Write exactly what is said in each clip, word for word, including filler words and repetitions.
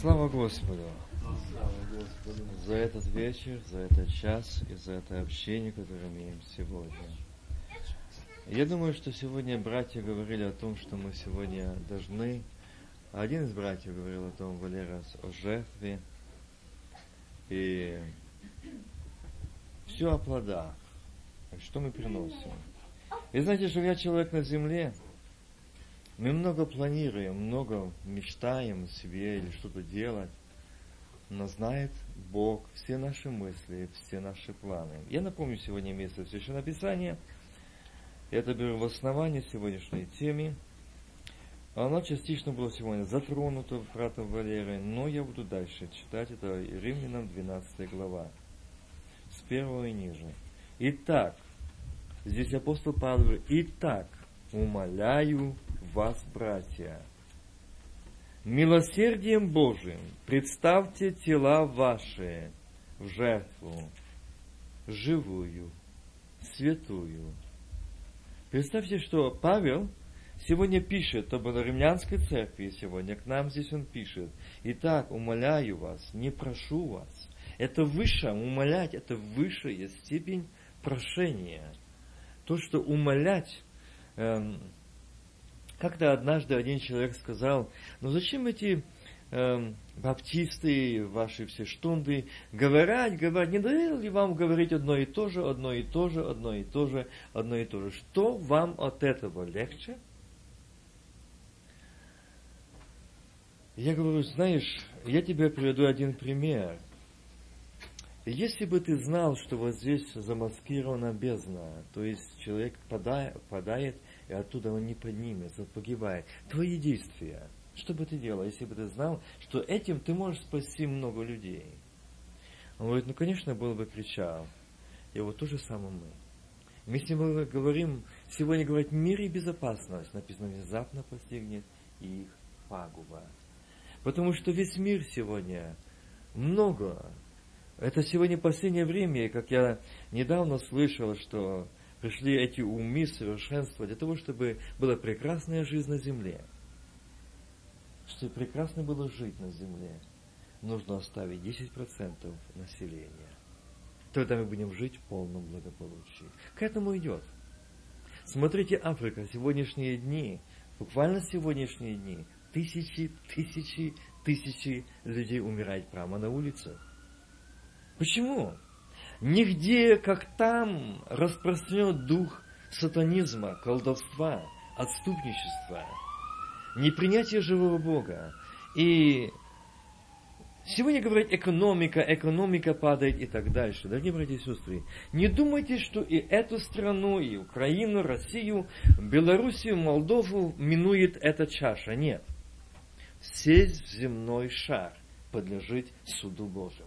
Слава Господу за этот вечер, за этот час и за это общение, которое мы имеем сегодня. Я думаю, что сегодня братья говорили о том, что мы сегодня должны... Один из братьев говорил о том, Валера, о жертве. И все о плодах. Что мы приносим. И знаете, живя человек на земле, мы много планируем, много мечтаем о себе или что-то делать. Но знает Бог все наши мысли, все наши планы. Я напомню сегодня место Священного Писания. Это беру в основании сегодняшней темы. Оно частично было сегодня затронуто братом Валерой, но я буду дальше читать. Это Римлянам двенадцатая глава, с первого и ниже. Итак, здесь апостол Павел говорит: «Итак, умоляю вас, братья, милосердием Божиим представьте тела ваши в жертву, живую, святую». Представьте, что Павел сегодня пишет об римлянской церкви, сегодня к нам здесь он пишет: «Итак, умоляю вас, не прошу вас». Это выше, умолять, это высшая степень прошения. То, что умолять... Эм, Как-то однажды один человек сказал: ну зачем эти э, баптисты, ваши все штунды, говорят, говорят, не надо ли вам говорить одно и то же, одно и то же, одно и то же, одно и то же? Что вам от этого легче? Я говорю: знаешь, я тебе приведу один пример. Если бы ты знал, что вот здесь замаскирована бездна, то есть человек падает, падает и оттуда он не поднимется, он погибает. Твои действия, что бы ты делал, если бы ты знал, что этим ты можешь спасти много людей? Он говорит: ну, конечно, был бы кричал. И вот то же самое мы. Мы с ним говорим, сегодня говорит: мир и безопасность, написано, внезапно постигнет их пагуба. Потому что весь мир сегодня много. Это сегодня последнее время, как я недавно слышал, что пришли эти умы совершенства для того, чтобы была прекрасная жизнь на земле. Чтобы прекрасно было жить на земле, нужно оставить десять процентов населения. Тогда мы будем жить в полном благополучии. К этому идет. Смотрите, Африка, сегодняшние дни, буквально сегодняшние дни, тысячи, тысячи, тысячи людей умирают прямо на улицах. Почему? Нигде, как там, распространен дух сатанизма, колдовства, отступничества, непринятия живого Бога. И сегодня говорят: экономика, экономика падает и так дальше. Дорогие братья и сестры, не думайте, что и эту страну, и Украину, Россию, Белоруссию, Молдову минует эта чаша. Нет. Весь земной шар подлежит суду Божьему.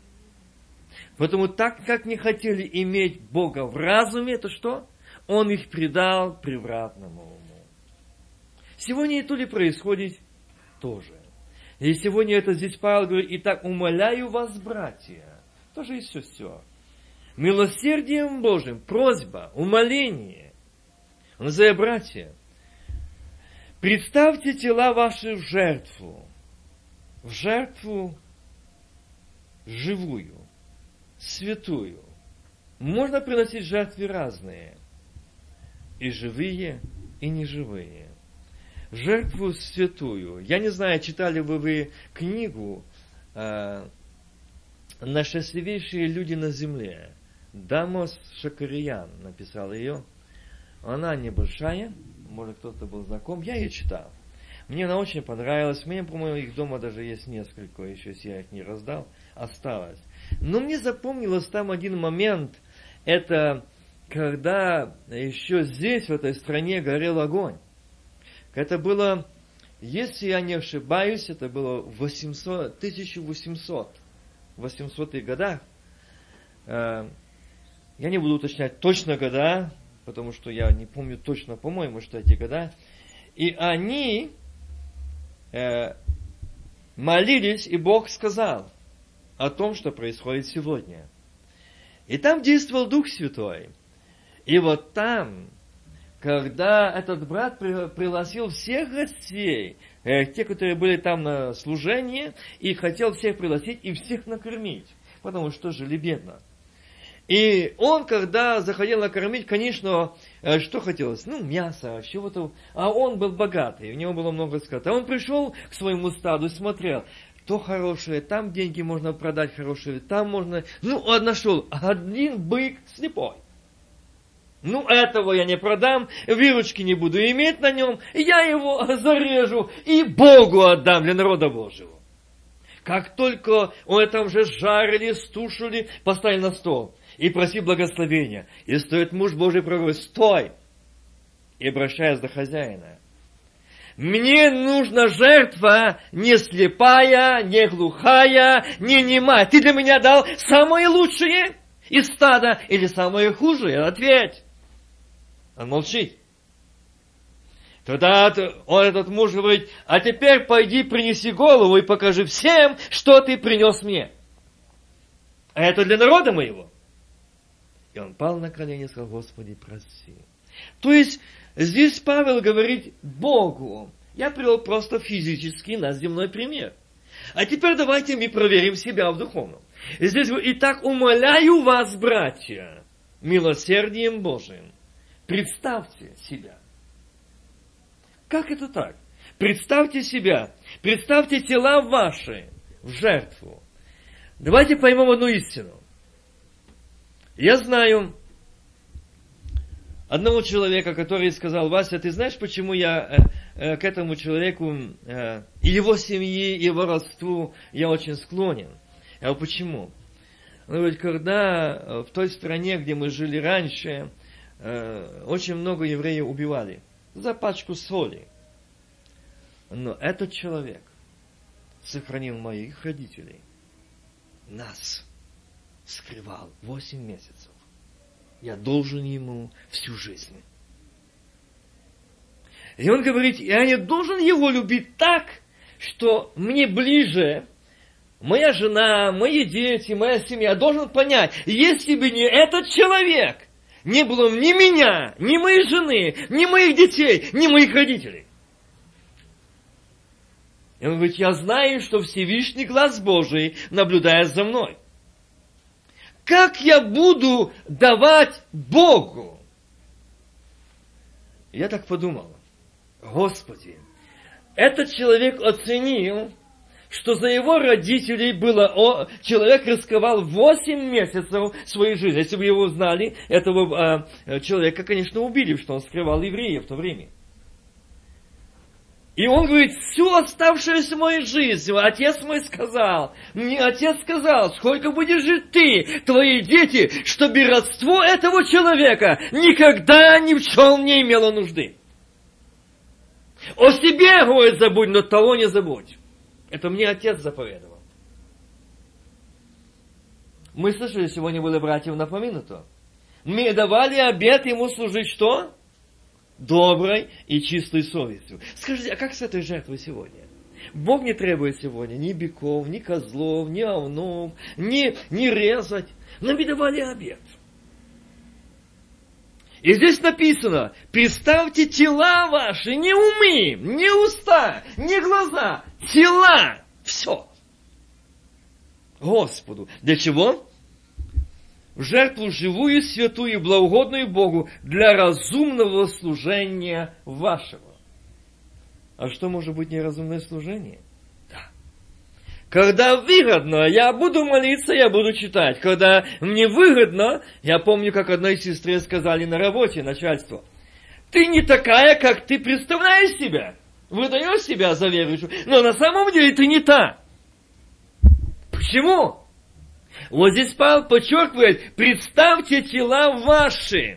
Потому так как не хотели иметь Бога в разуме, то что? Он их предал превратному уму. Сегодня и то ли происходит тоже. И сегодня это здесь Павел говорит: «Итак, умоляю вас, братья». Тоже и все-все. Милосердием Божьим, просьба, умоление. Он называет: братья, представьте тела ваши в жертву. В жертву живую. Святую. Можно приносить жертвы разные. И живые, и неживые. Жертву святую. Я не знаю, читали бы вы книгу э, «Наисчастливейшие люди на земле». Дамос Шакариян написал ее. Она небольшая. Может, кто-то был знаком. Я ее читал. Мне она очень понравилась. Мне, по-моему, их дома даже есть несколько. Еще если я их не раздал. Осталось. Но мне запомнилось там один момент. Это когда еще здесь, в этой стране, горел огонь. Это было, если я не ошибаюсь, это было в тысяча восьмисотых годах. Я не буду уточнять точно года, потому что я не помню точно, по-моему, что эти года. И они молились, и Бог сказал о том, что происходит сегодня. И там действовал Дух Святой. И вот там, когда этот брат пригласил всех гостей э, те, которые были там на служении, и хотел всех пригласить и всех накормить, потому что жили бедно. И он, когда заходил накормить, конечно, э, что хотелось? Ну, мясо, чего-то. А он был богатый, у него было много скота. Он пришел к своему стаду и смотрел, то хорошее, там деньги можно продать хорошие, там можно... Ну, он нашел один бык слепой. Ну, этого я не продам, выручки не буду иметь на нем, я его зарежу и Богу отдам для народа Божьего. Как только он там же жарили, стушили, поставили на стол и проси благословения. И стоит муж Божий пророк, стой! И обращаясь до хозяина. Мне нужна жертва не слепая, не глухая, не немая. Ты для меня дал самое лучшее из стада или самое худшее? Ответь. Он молчит. Тогда он, этот муж говорит, а теперь пойди принеси голову и покажи всем, что ты принес мне. А это для народа моего. И он пал на колени и сказал, Господи, прости. То есть, здесь Павел говорит Богу. Я привел просто физический на земной пример. А теперь давайте мы проверим себя в духовном. И здесь, итак, умоляю вас, братья, милосердием Божиим, представьте себя. Как это так? Представьте себя, представьте тела ваши в жертву. Давайте поймем одну истину. Я знаю одного человека, который сказал, Вася, ты знаешь, почему я э, э, к этому человеку, э, и его семьи, и его родству я очень склонен? Я говорю, почему? Он говорит, когда в той стране, где мы жили раньше, э, очень много евреев убивали за пачку соли. Но этот человек сохранил моих родителей, нас скрывал восемь месяцев. Я должен ему всю жизнь. И он говорит, я не должен его любить так, что мне ближе моя жена, мои дети, моя семья. Я должен понять, если бы не этот человек, не было ни меня, ни моей жены, ни моих детей, ни моих родителей. И он говорит, я знаю, что Всевышний глаз Божий наблюдает за мной. Как я буду давать Богу? Я так подумал, Господи, этот человек оценил, что за его родителей было, о, человек рисковал восемь месяцев своей жизни. Если бы его знали, этого э, человека, конечно, убили, что он скрывал евреев в то время. И он говорит, всю оставшуюся мою жизнь, отец мой сказал, мне отец сказал, сколько будешь жить ты, твои дети, чтобы родство этого человека никогда ни в чем не имело нужды. О себе, говорит, забудь, но того не забудь. Это мне отец заповедовал. Мы слышали, сегодня было братьев напоминуто. Мы давали обет ему служить что? Доброй и чистой совестью. Скажите, а как с этой жертвой сегодня? Бог не требует сегодня ни быков, ни козлов, ни овнов, ни, ни резать. Нам и давали обет. И здесь написано, представьте тела ваши, не умы, не уста, не глаза, тела, все. Господу. Для чего? В жертву живую, святую и благоугодную Богу для разумного служения вашего. А что может быть неразумное служение? Да. Когда выгодно, я буду молиться, я буду читать. Когда мне выгодно, я помню, как одной сестре сказали на работе, начальство, ты не такая, как ты представляешь себя. Выдаешь себя за верующую, но на самом деле ты не та. Почему? Вот здесь Павел подчеркивает, представьте тела ваши.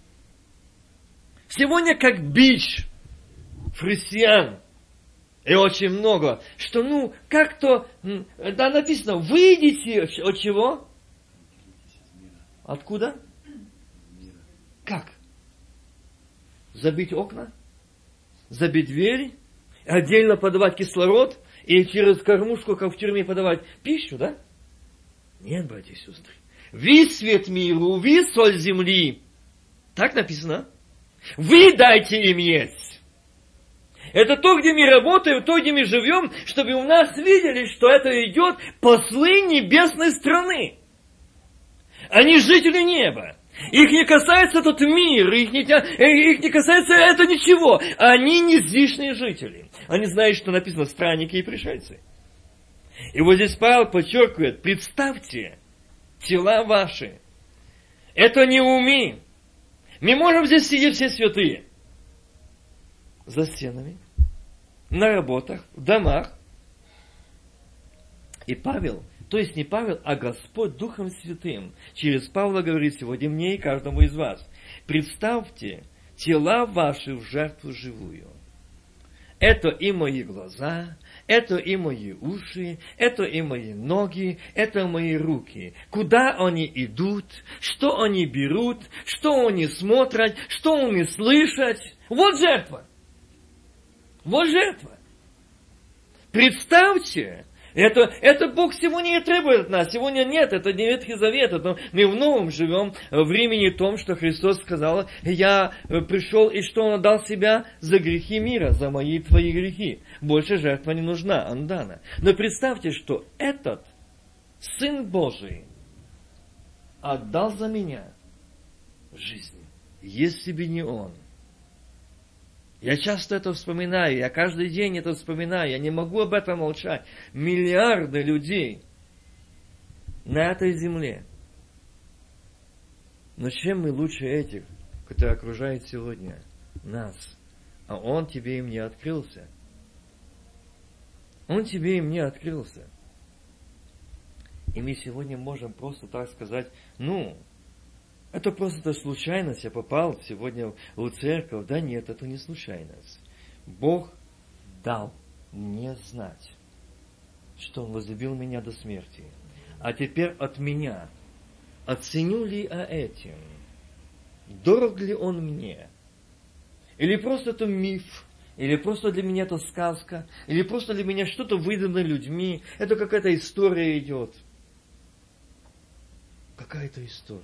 Сегодня как бич христиан. И очень много, что ну, как-то, да, написано, выйдите от чего? Откуда? Как? Забить окна? Забить двери? Отдельно подавать кислород? И через кормушку, как в тюрьме, подавать пищу, да? Нет, братья и сестры. Вы свет миру, вы соль земли. Так написано. Вы дайте им есть. Это то, где мы работаем, то, где мы живем, чтобы у нас видели, что это идет послы небесной страны. Они жители неба. Их не касается этот мир, их не, их не касается это ничего. Они не здешние жители. Они знают, что написано странники и пришельцы. И вот здесь Павел подчеркивает, представьте тела ваши. Это не умы. Мы можем здесь сидеть все святые. За стенами, на работах, в домах. И Павел, то есть не Павел, а Господь Духом Святым, через Павла говорит сегодня мне и каждому из вас. Представьте тела ваши в жертву живую. Это и мои глаза, это и мои уши, это и мои ноги, это мои руки. Куда они идут, что они берут, что они смотрят, что они слышат. Вот жертва. Вот жертва. Представьте, это, это Бог сегодня не требует от нас. Сегодня нет, это не Ветхий Завет. Это мы в новом живем времени том, что Христос сказал, я пришел и что Он отдал себя за грехи мира, за мои и твои грехи. Больше жертва не нужна, Он дана. Но представьте, что этот Сын Божий отдал за меня жизнь, если бы не Он. Я часто это вспоминаю, я каждый день это вспоминаю, я не могу об этом молчать. Миллиарды людей на этой земле. Но чем мы лучше этих, которые окружают сегодня нас? А Он тебе им не открылся. Он тебе им не открылся. И мы сегодня можем просто так сказать, ну, это просто случайность, я попал сегодня в церковь. Да нет, это не случайность. Бог дал мне знать, что Он возлюбил меня до смерти. А теперь от меня оценю ли я этим? Дорог ли Он мне? Или просто это миф? Или просто для меня это сказка? Или просто для меня что-то выдано людьми? Это какая-то история идет. Какая-то история.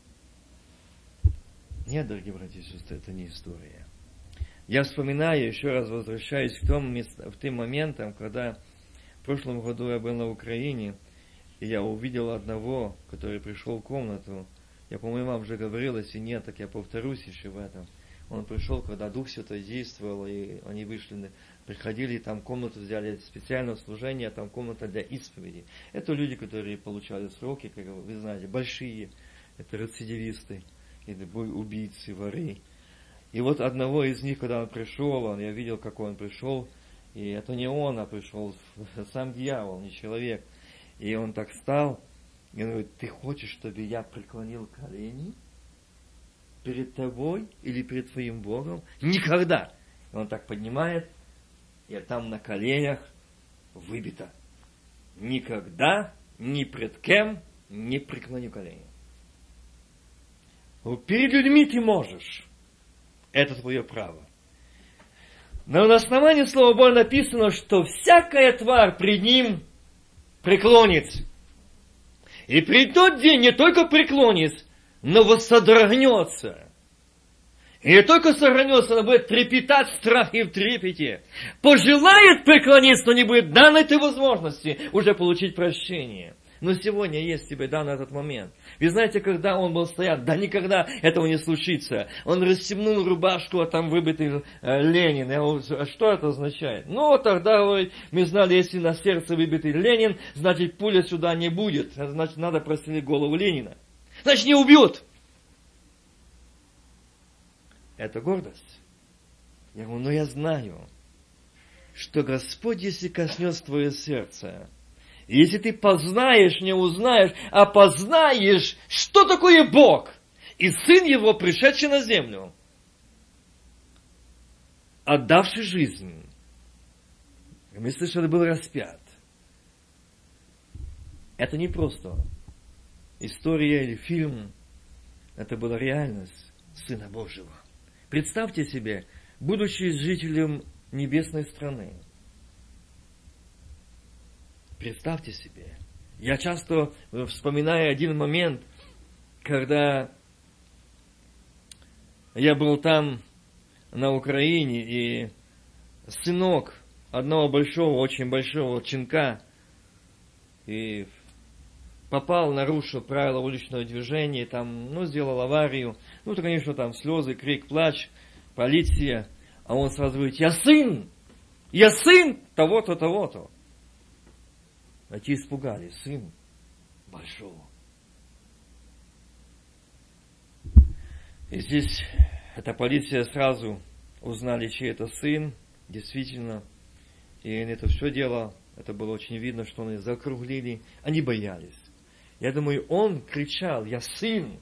Нет, дорогие братья и сестры, это не история. Я вспоминаю, еще раз возвращаюсь к тому, в тем моментам, когда в прошлом году я был на Украине, и я увидел одного, который пришел в комнату. Я, по-моему, вам уже говорил, если нет, так я повторюсь еще в этом. Он пришел, когда Дух Святой действовал, и они вышли, приходили, там комнату взяли специальное служение, там комната для исповеди. Это люди, которые получали сроки, как вы знаете, большие, это рецидивисты. Или убийцы, воры. И вот одного из них, когда он пришел, он, я видел, какой он пришел, и это не он, а пришел сам дьявол, не человек. И он так встал, и он говорит, ты хочешь, чтобы я преклонил колени перед тобой или перед твоим Богом? Никогда! И он так поднимает, и там на коленях выбито. Никогда, ни пред кем не преклоню колени. Перед людьми ты можешь. Это твое право. Но на основании Слова Божьего написано, что всякая тварь пред Ним преклонится. И при тот день не только преклонится, но воссодрогнется. И не только содрогнется, но будет трепетать в страхе и в трепете. Пожелает преклониться, но не будет данной этой возможности уже получить прощение. Но сегодня есть тебе дан этот момент. Вы знаете, когда он был стоят, да никогда этого не случится. Он расстегнул рубашку, а там выбитый э, Ленин. А что это означает? Ну, тогда ой, мы знали, если на сердце выбитый Ленин, значит, пуля сюда не будет. Значит, надо прострелить голову Ленина. Значит, не убьют. Это гордость. Я говорю, ну я знаю, что Господь, если коснется твое сердце, если ты познаешь, не узнаешь, а познаешь, что такое Бог и Сын Его, пришедший на землю, отдавший жизнь, мы слышали, был распят. Это не просто история или фильм, это была реальность Сына Божьего. Представьте себе, будучи жителем небесной страны, представьте себе. Я часто вспоминаю один момент, когда я был там, на Украине, и сынок одного большого, очень большого чинка, и попал, нарушил правила уличного движения, там, ну, сделал аварию, ну, то, конечно, там слезы, крик, плач, полиция, а он сразу говорит: я сын, я сын того-то, того-то. А те испугались: сын большого. И здесь эта полиция сразу узнали, чей это сын, действительно, и это все дело, это было очень видно, что они закруглили, они боялись. Я думаю, он кричал: я сын,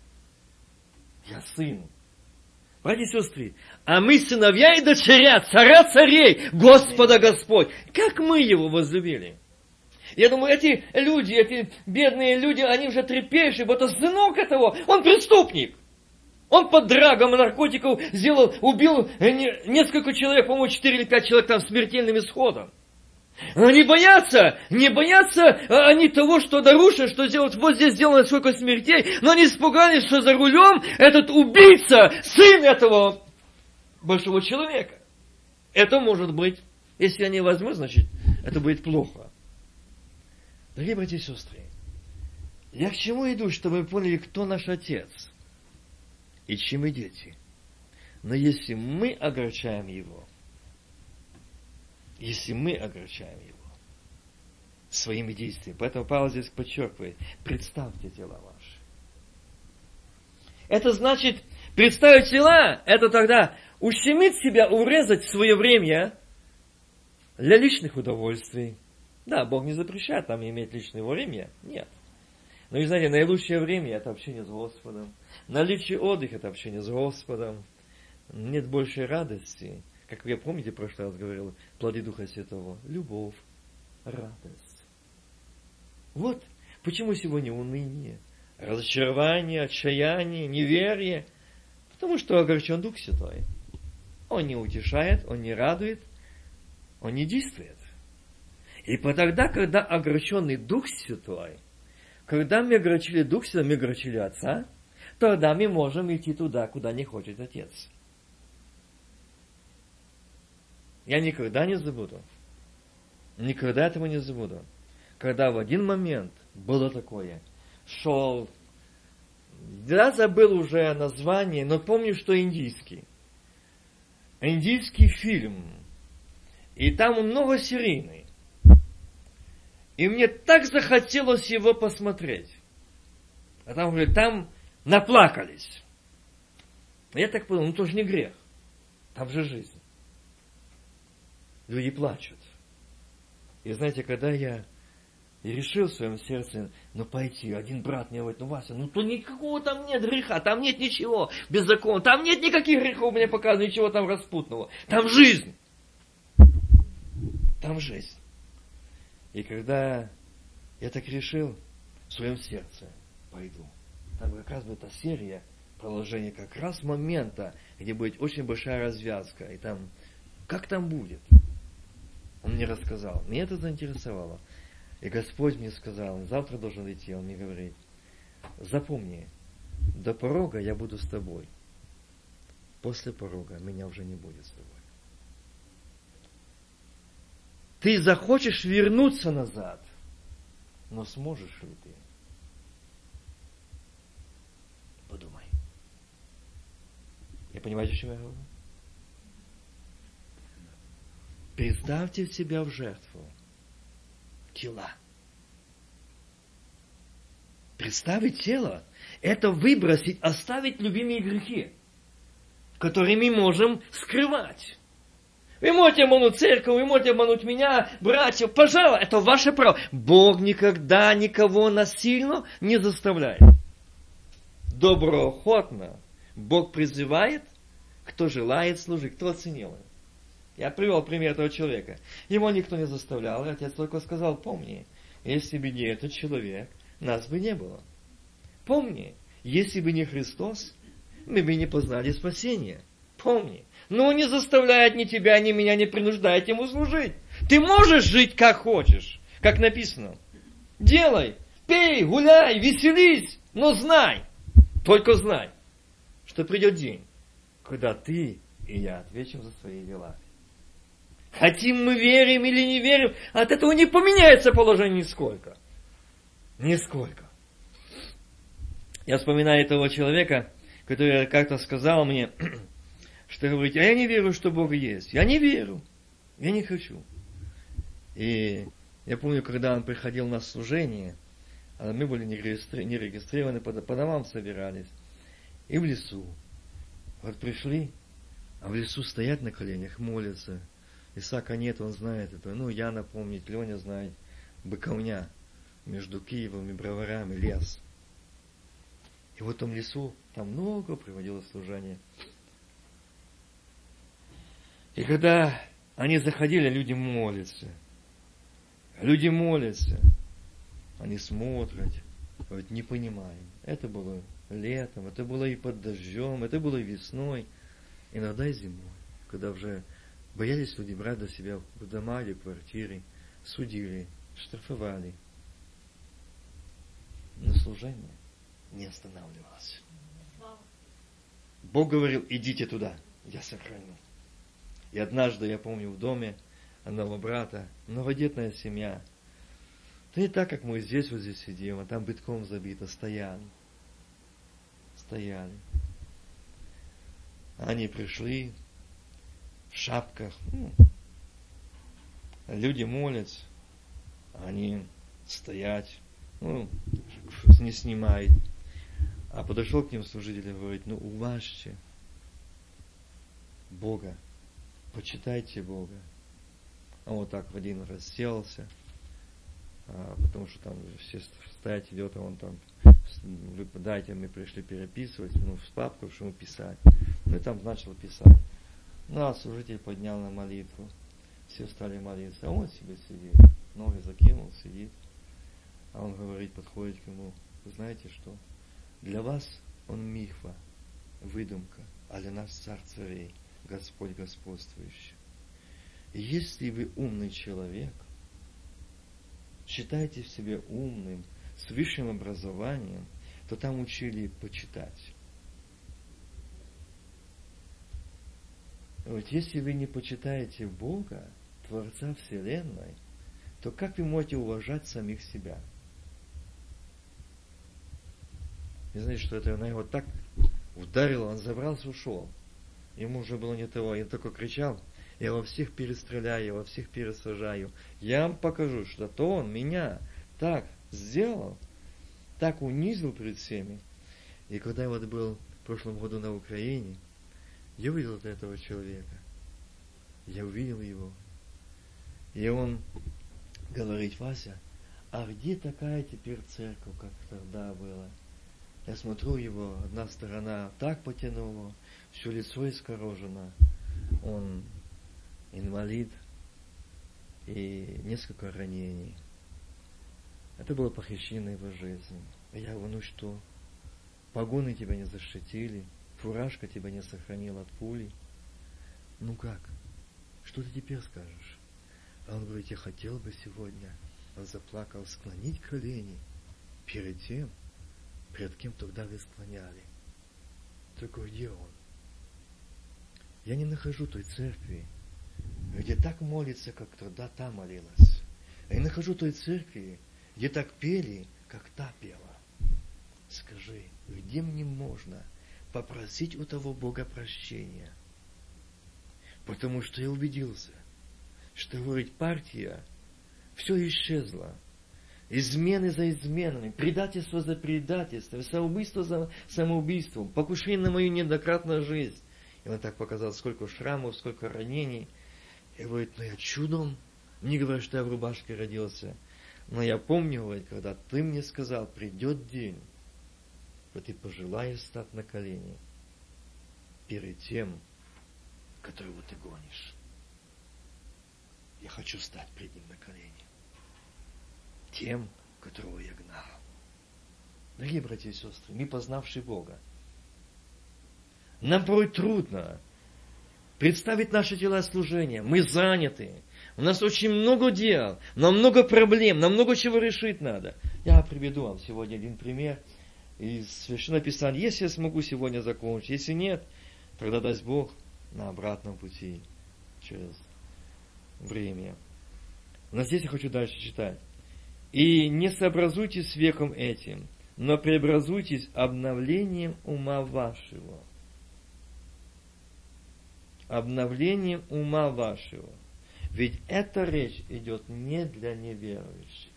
я сын. Братья и сестры, а мы сыновья и дочеря царя царей, Господа Господь. Как мы его возлюбили? Я думаю, эти люди, эти бедные люди, они уже трепещут, вот это сынок этого, он преступник. Он под драгом наркотиков сделал, убил несколько человек, по-моему, четыре или пять человек там смертельным исходом. Они боятся, не боятся они того, что нарушено, что сделают, вот здесь сделано сколько смертей, но они испугались, что за рулем этот убийца, сын этого большого человека. Это может быть, если они возьмут, значит, это будет плохо. Дорогие братья и сестры, я к чему иду, чтобы вы поняли, кто наш Отец и чьи мы дети. Но если мы огорчаем Его, если мы огорчаем Его своими действиями, поэтому Павел здесь подчеркивает: представьте тела ваши. Это значит, представить тела, это тогда ущемить себя, урезать свое время для личных удовольствий. Да, Бог не запрещает нам иметь личное время, нет. Но, вы знаете, наилучшее время – это общение с Господом. Наилучший отдых – это общение с Господом. Нет большей радости. Как вы помните, в прошлый раз говорил, плоды Духа Святого. Любовь, радость. Вот почему сегодня уныние, разочарование, отчаяние, неверие. Потому что огорчен Дух Святой. Он не утешает, он не радует, он не действует. И тогда, когда огорченный Дух Святой, когда мы огорчили Дух Святой, мы огорчили Отца, тогда мы можем идти туда, куда не хочет Отец. Я никогда не забуду, никогда этого не забуду, когда в один момент было такое, шел, я забыл уже название, но помню, что индийский. Индийский фильм. И там многосерийный. И мне так захотелось его посмотреть. А там, говорит, там наплакались. Я так подумал, ну тоже не грех. Там же жизнь. Люди плачут. И знаете, когда я решил в своем сердце, ну пойти, один брат мне говорит: ну Вася, ну то никакого там нет греха, там нет ничего беззаконного, там нет никаких грехов, мне показывают, ничего там распутного. Там жизнь. Там жизнь. И когда я так решил, в своем сердце пойду. Там как раз будет эта серия, продолжение как раз момента, где будет очень большая развязка. И там, как там будет? Он мне рассказал. Меня это заинтересовало. И Господь мне сказал, завтра должен идти, Он мне говорит: запомни, до порога я буду с тобой. После порога меня уже не будет с тобой. Ты захочешь вернуться назад, но сможешь ли ты? Подумай. Я понимаете, о чем я говорю? Представьте себя в жертву. Тела. Представить тело – это выбросить, оставить любимые грехи, которые мы можем скрывать. Вы можете обмануть церковь, вы можете обмануть меня, братьев, пожалуйста, это ваше право. Бог никогда никого насильно не заставляет. Доброохотно Бог призывает, кто желает служить, кто оценил. Я привел пример этого человека. Его никто не заставлял, и Отец только сказал: помни, если бы не этот человек, нас бы не было. Помни, если бы не Христос, мы бы не познали спасения. Помни. Но Он не заставляет ни тебя, ни меня, не принуждает Ему служить. Ты можешь жить как хочешь, как написано. Делай, пей, гуляй, веселись, но знай, только знай, что придет день, когда ты и я ответим за свои дела. Хотим мы верим или не верим, от этого не поменяется положение нисколько. Нисколько. Я вспоминаю этого человека, который как-то сказал мне, что говорит, а я не верю, что Бог есть. Я не верю. Я не хочу. И я помню, когда он приходил на служение, а мы были не регистрированы, по домам собирались, и в лесу. Вот пришли, а в лесу стоят на коленях, молятся. Исаака нет, он знает это. Ну, я напомнить, Леня знает. Быковня между Киевом и Броварами, лес. И в этом лесу там много приводилось служения. И когда они заходили, люди молятся. Люди молятся. Они смотрят. Говорят, не понимаем. Это было летом, это было и под дождем, это было и весной. Иногда и зимой. Когда уже боялись люди брать до себя в дома или квартиры. Судили, штрафовали. Но служение не останавливалось. Бог говорил, идите туда, я сохраню. И однажды, я помню, в доме одного брата, многодетная семья. Да не так, как мы здесь вот здесь сидим, а там битком забито, стояли. Стояли. Они пришли в шапках. Ну, люди молятся, они стоять, ну, не снимают. А подошел к ним служитель и говорит, ну, уважьте Бога, почитайте Бога. Он вот так в один раз селся, а, потому что там все стоять идет, а он там, вы дайте, мы пришли переписывать, ну, в папку, что ему писать. Ну, и там начал писать. Ну, а служитель поднял на молитву. Все стали молиться, а он себе сидит. Ноги закинул, сидит. А он говорит, подходит к нему, знаете что? Для вас он мифа, выдумка, а для нас царь царей, Господь господствующий. И если вы умный человек, считаете себя умным, с высшим образованием, то там учили почитать. Вот если вы не почитаете Бога, Творца Вселенной, то как вы можете уважать самих себя? И знаете, что это на него так ударило, он забрался, ушел. Ему уже было не того, я только кричал, я во всех перестреляю, я во всех пересажаю. Я вам покажу, что то он меня так сделал, так унизил перед всеми. И когда я вот был в прошлом году на Украине, я увидел этого человека. Я увидел его. И он говорит, Вася, а где такая теперь церковь, как тогда было? Я смотрю его, одна сторона так потянула, все лицо искорожено. Он инвалид и несколько ранений. Это было похищение его жизни. А я говорю, ну что, погоны тебя не защитили, фуражка тебя не сохранила от пули. Ну как? Что ты теперь скажешь? А он говорит, я хотел бы сегодня, он заплакал, склонить колени перед тем, перед кем тогда вы склоняли. Только где он? Я не нахожу той церкви, где так молится, как тогда та молилась. Я не нахожу той церкви, где так пели, как та пела. Скажи, где мне можно попросить у того Бога прощения? Потому что я убедился, что, говорит, партия, все исчезло. Измены за изменами, предательство за предательством, самоубийство за самоубийством, покушение на мою неоднократную жизнь. И он так показал, сколько шрамов, сколько ранений. И говорит, ну я чудом, мне говорят, что я в рубашке родился. Но я помню, говорит, когда ты мне сказал, придет день, что ты пожелаешь стать на колени перед тем, которого ты гонишь. Я хочу стать перед ним на колени. Тем, которого я гнал. Дорогие братья и сестры, мы, познавшие Бога, нам порой трудно представить наши тела служения. Мы заняты. У нас очень много дел, нам много проблем, нам много чего решить надо. Я приведу вам сегодня один пример из Священного Писания. Если я смогу сегодня закончить, если нет, тогда даст Бог на обратном пути через время. Но здесь я хочу дальше читать. «И не сообразуйтесь с веком этим, но преобразуйтесь обновлением ума вашего». Обновлением ума вашего. Ведь эта речь идет не для неверующих.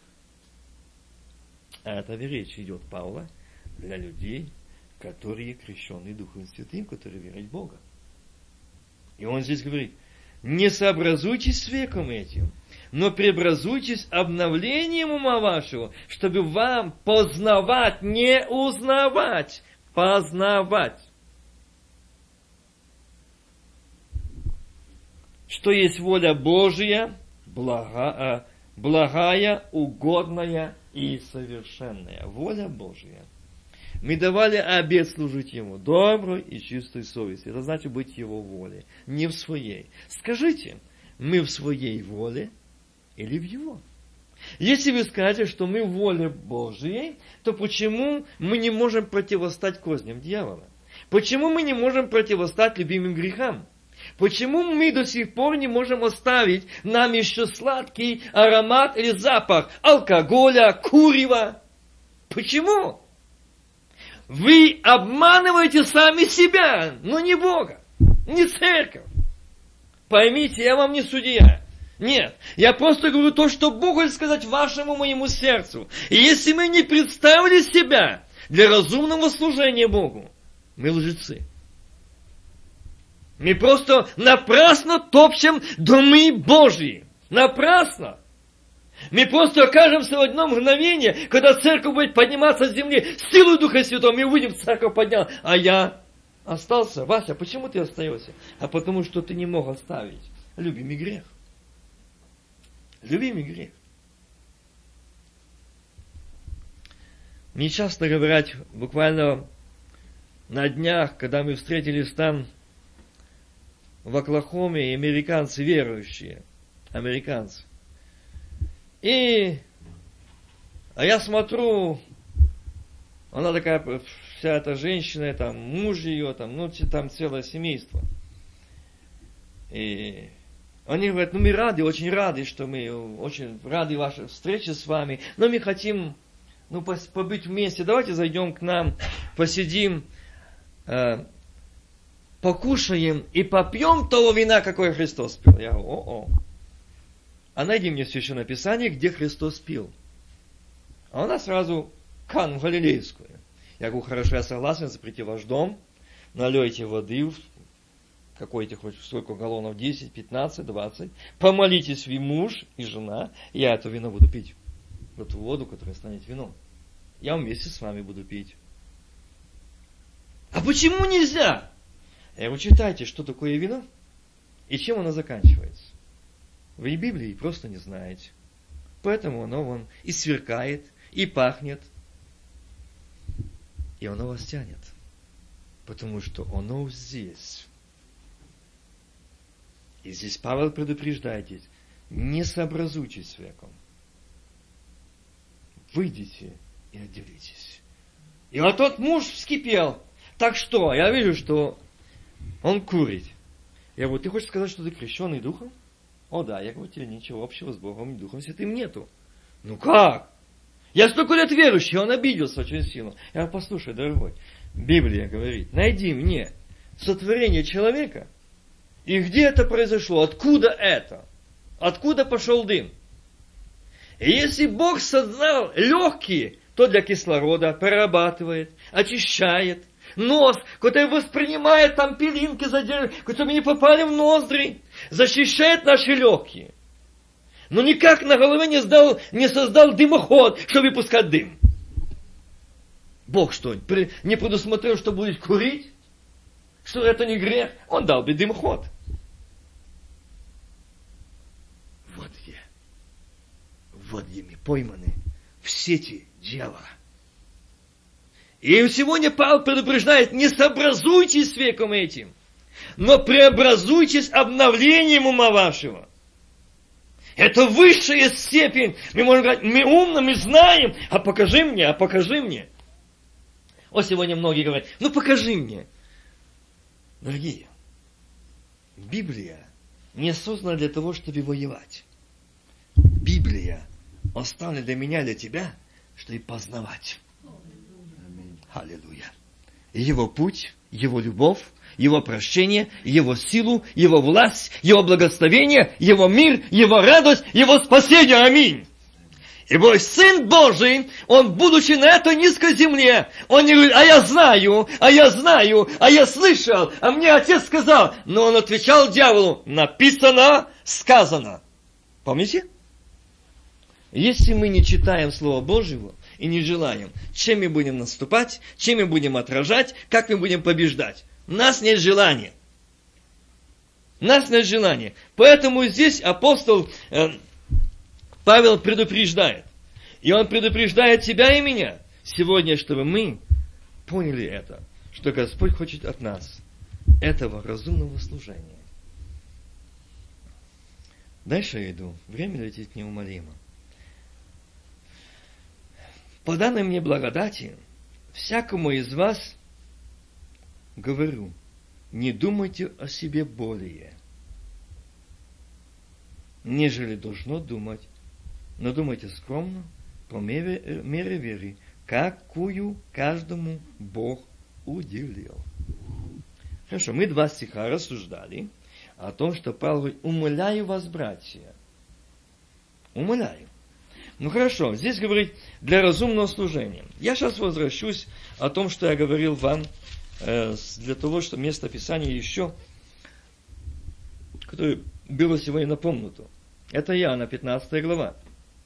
А эта речь идет, Павла, для людей, которые крещены Духом Святым, которые верят в Бога. И он здесь говорит, не сообразуйтесь с веком этим, но преобразуйтесь обновлением ума вашего, чтобы вам познавать, не узнавать, познавать. Что есть воля Божия, блага, благая, угодная и совершенная. Воля Божия. Мы давали обет служить Ему доброй и чистой совести. Это значит быть Его волей, не в своей. Скажите, мы в своей воле или в Его? Если вы скажете, что мы в воле Божией, то почему мы не можем противостать козням дьявола? Почему мы не можем противостать любимым грехам? Почему мы до сих пор не можем оставить нам еще сладкий аромат или запах алкоголя, курева? Почему? Вы обманываете сами себя, но не Бога, не церковь. Поймите, я вам не судья. Нет, я просто говорю то, что Бог хочет сказать вашему моему сердцу. И если мы не представили себя для разумного служения Богу, мы лжецы. Мы просто напрасно топчем домы Божьи. Напрасно. Мы просто окажемся в одно мгновение, когда церковь будет подниматься с земли силой Духа Святого, мы увидим, церковь подняла. А я остался. Вася, почему ты остаешься? А потому что ты не мог оставить любимый грех. Любимый грех. Мне часто говорят, буквально на днях, когда мы встретились там, в Оклахоме, американцы верующие, американцы. И а я смотрю, она такая, вся эта женщина, там, муж ее, там, ну, там целое семейство. И они говорят, ну, мы рады, очень рады, что мы очень рады вашей встрече с вами, но мы хотим, ну, побыть вместе, давайте зайдем к нам, посидим, покушаем и попьем того вина, какое Христос пил. Я говорю, о-о. А найди мне Священное Писание, где Христос пил. А она сразу Кану Галилейскую. Я говорю, хорошо, я согласен, запрети ваш дом, налейте воды, какой-то хоть сколько галлонов, десять, пятнадцать, двадцать, помолитесь вы муж и жена, и я это вино буду пить. Эту воду, которая станет вином. Я вместе с вами буду пить. А почему нельзя? Я говорю, читайте, что такое вино и чем оно заканчивается. Вы и Библии просто не знаете. Поэтому оно вон и сверкает, и пахнет, и оно вас тянет. Потому что оно здесь. И здесь Павел предупреждает, не сообразуйтесь с веком. Выйдите и отделитесь. И вот тот муж вскипел. Так что? Я вижу, что он курит. Я говорю, ты хочешь сказать, что ты крещеный Духом? О да, я говорю, тебе ничего общего с Богом и Духом Святым нету. Ну как? Я столько лет верующий, он обиделся очень сильно. Я говорю, послушай, дорогой, Библия говорит, найди мне сотворение человека, и где это произошло, откуда это, откуда пошел дым. И если Бог создал легкие, то для кислорода перерабатывает, очищает. Нос, который воспринимает там пылинки, которые не попали в ноздри, защищает наши легкие. Но никак на голове не, сдал, не создал дымоход, чтобы выпускать дым. Бог что, не предусмотрел, что будет курить? Что это не грех? Он дал бы дымоход. Вот где. Вот где мы пойманы в сети дьявола. И сегодня Павел предупреждает, не сообразуйтесь с веком этим, но преобразуйтесь обновлением ума вашего. Это высшая степень. Мы можем говорить, мы умны, мы знаем, а покажи мне, а покажи мне. Вот сегодня многие говорят, ну покажи мне. Дорогие, Библия не создана для того, чтобы воевать. Библия оставлена для меня, для тебя, чтобы познавать. Аллилуйя. Его путь, Его любовь, Его прощение, Его силу, Его власть, Его благословение, Его мир, Его радость, Его спасение. Аминь. И мой Сын Божий, Он, будучи на этой низкой земле, Он не говорит, а я знаю, а я знаю, а я слышал, а мне Отец сказал. Но Он отвечал дьяволу, написано, сказано. Помните? Если мы не читаем Слово Божьего и не желаем, чем мы будем наступать, чем мы будем отражать, как мы будем побеждать. У нас нет желания. У нас нет желания. Поэтому здесь апостол э, Павел предупреждает. И он предупреждает тебя и меня сегодня, чтобы мы поняли это, что Господь хочет от нас этого разумного служения. Дальше я иду. Время летит неумолимо. По данной мне благодати, всякому из вас говорю, не думайте о себе более, нежели должно думать, но думайте скромно, по мере, мере веры, какую каждому Бог уделил. Хорошо, мы два стиха рассуждали о том, что Павел говорит, умоляю вас, братья. Умоляю. Ну хорошо, здесь говорит, для разумного служения. Я сейчас возвращусь о том, что я говорил вам, э, для того, что место Писания еще, которое было сегодня напомнуто. Это Иоанна, пятнадцатая глава.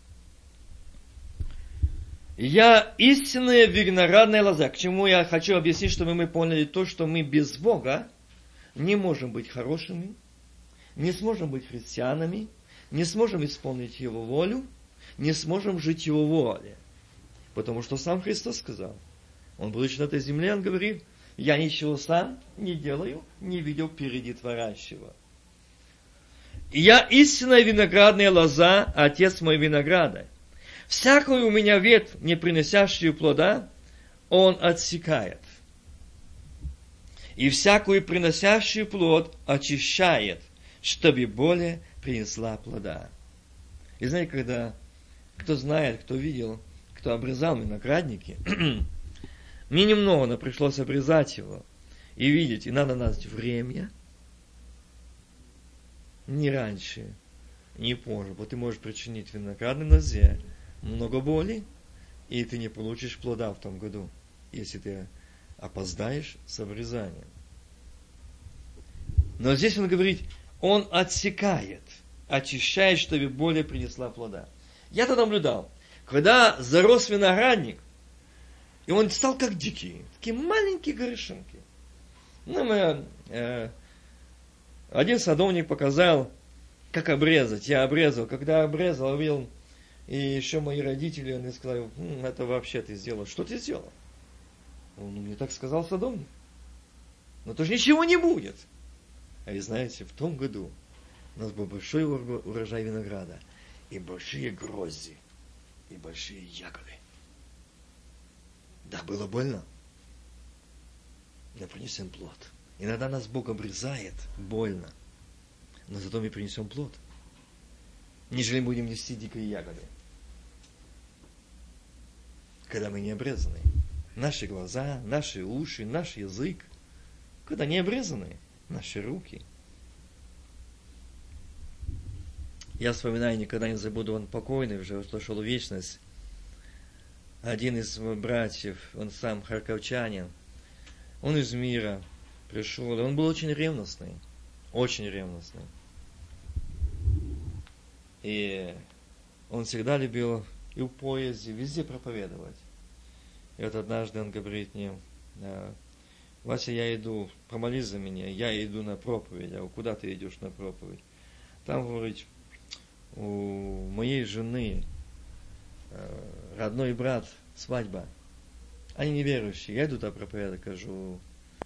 Я истинная виноградная лоза. К чему я хочу объяснить, чтобы мы поняли то, что мы без Бога не можем быть хорошими, не сможем быть христианами, не сможем исполнить Его волю, не сможем жить Его воле. Потому что сам Христос сказал, Он, будучи на этой земле, Он говорит, я ничего сам не делаю, не видел впереди творящего. Я истинная виноградная лоза, Отец мой винограда. Всякую у меня ветвь, не приносящую плода, Он отсекает. И всякую приносящую плод очищает, чтобы более принесла плода. И знаете, когда кто знает, кто видел, кто обрезал виноградники, мне немного, но пришлось обрезать его. И видеть, и надо дать время, не раньше, не позже, вот ты можешь причинить виноградной лозе много боли, и ты не получишь плода в том году, если ты опоздаешь с обрезанием. Но здесь он говорит, он отсекает, очищает, чтобы более принесла плода. Я-то наблюдал, когда зарос виноградник, и он стал как дикий, такие маленькие горошинки. Ну, мы, э, один садовник показал, как обрезать. Я обрезал. Когда обрезал, видел, и еще мои родители, они сказали, м, это вообще ты сделал. Что ты сделал? Он мне так сказал садовник. Но тоже ничего не будет. А вы знаете, в том году у нас был большой урожай винограда, и большие грозди, и большие ягоды. Да, было больно, но принесем плод. Иногда нас Бог обрезает, больно, но зато мы принесем плод, нежели будем нести дикие ягоды, когда мы не обрезаны. Наши глаза, наши уши, наш язык, когда не обрезаны, наши руки. Я вспоминаю, никогда не забуду, он покойный, уже ушел в вечность. Один из братьев, он сам харьковчанин, он из мира пришел, и он был очень ревностный, очень ревностный. И он всегда любил и в поезде, везде проповедовать. И вот однажды он говорит мне, Вася, я иду, помолись за меня, я иду на проповедь. А куда ты идешь на проповедь? Там, говорит, у моей жены родной брат, свадьба. Они неверующие. Я иду туда проповедовать, кажу,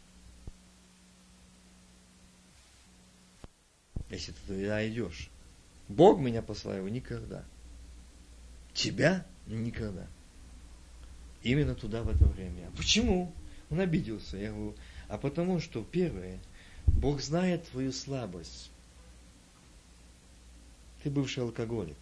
если ты туда идешь, Бог меня послал никогда. Тебя никогда. Именно туда в это время. А почему? Он обиделся. Я говорю, а потому что, первое, Бог знает твою слабость. Ты бывший алкоголик.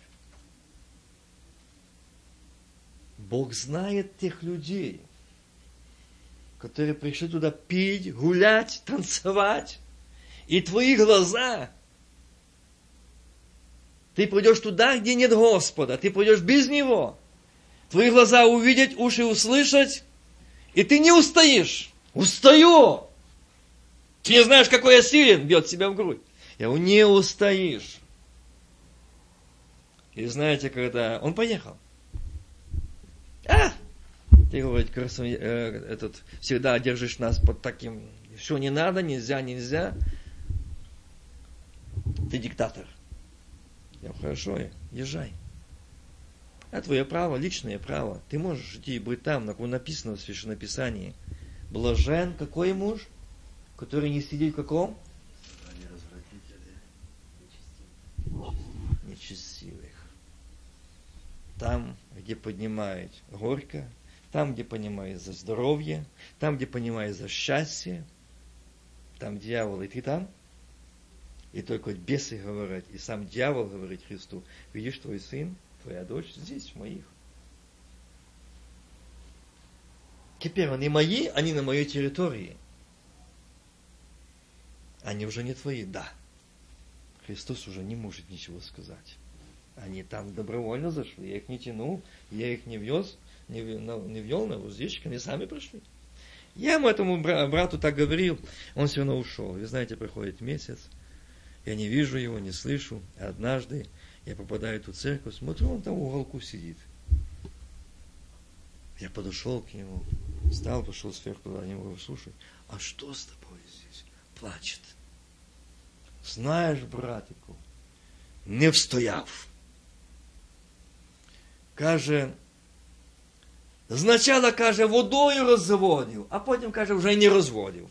Бог знает тех людей, которые пришли туда пить, гулять, танцевать. И твои глаза, ты придешь туда, где нет Господа, ты придешь без Него. Твои глаза увидеть, уши услышать, и ты не устоишь. Устаю! Ты не знаешь, какой я силен, бьет себя в грудь. Я говорю, не устоишь. И знаете, когда он поехал. А! Ты, говорит, красный, э, этот, всегда держишь нас под таким, все не надо, нельзя, нельзя. Ты диктатор. Я говорю, хорошо, езжай. Это твое право, личное право. Ты можешь идти и быть там, как написано в Священном Писании. Блажен какой муж, который не сидит в каком? Нечестивых. Там, где поднимают горько, там, где понимают за здоровье, там, где понимают за счастье, там дьявол, и ты там. И только бесы говорят, и сам дьявол говорит Христу, видишь, твой сын, твоя дочь здесь, моих. Теперь они мои, они на моей территории. Они уже не твои, да. Христос уже не может ничего сказать. Они там добровольно зашли, я их не тянул, я их не вез, не, не вел на уздечку, они сами пришли. Я ему этому брату так говорил, он все равно ушел. Вы знаете, проходит месяц, я не вижу его, не слышу. Однажды я попадаю в эту церковь, смотрю, он там в уголку сидит. Я подошел к нему, встал, пошел сверху туда, не могу слушать. А что с тобой здесь? Плачет. Знаешь, братику, не встояв. Каже, спочатку, каже, водою розводив, а потім, каже, вже не розводив.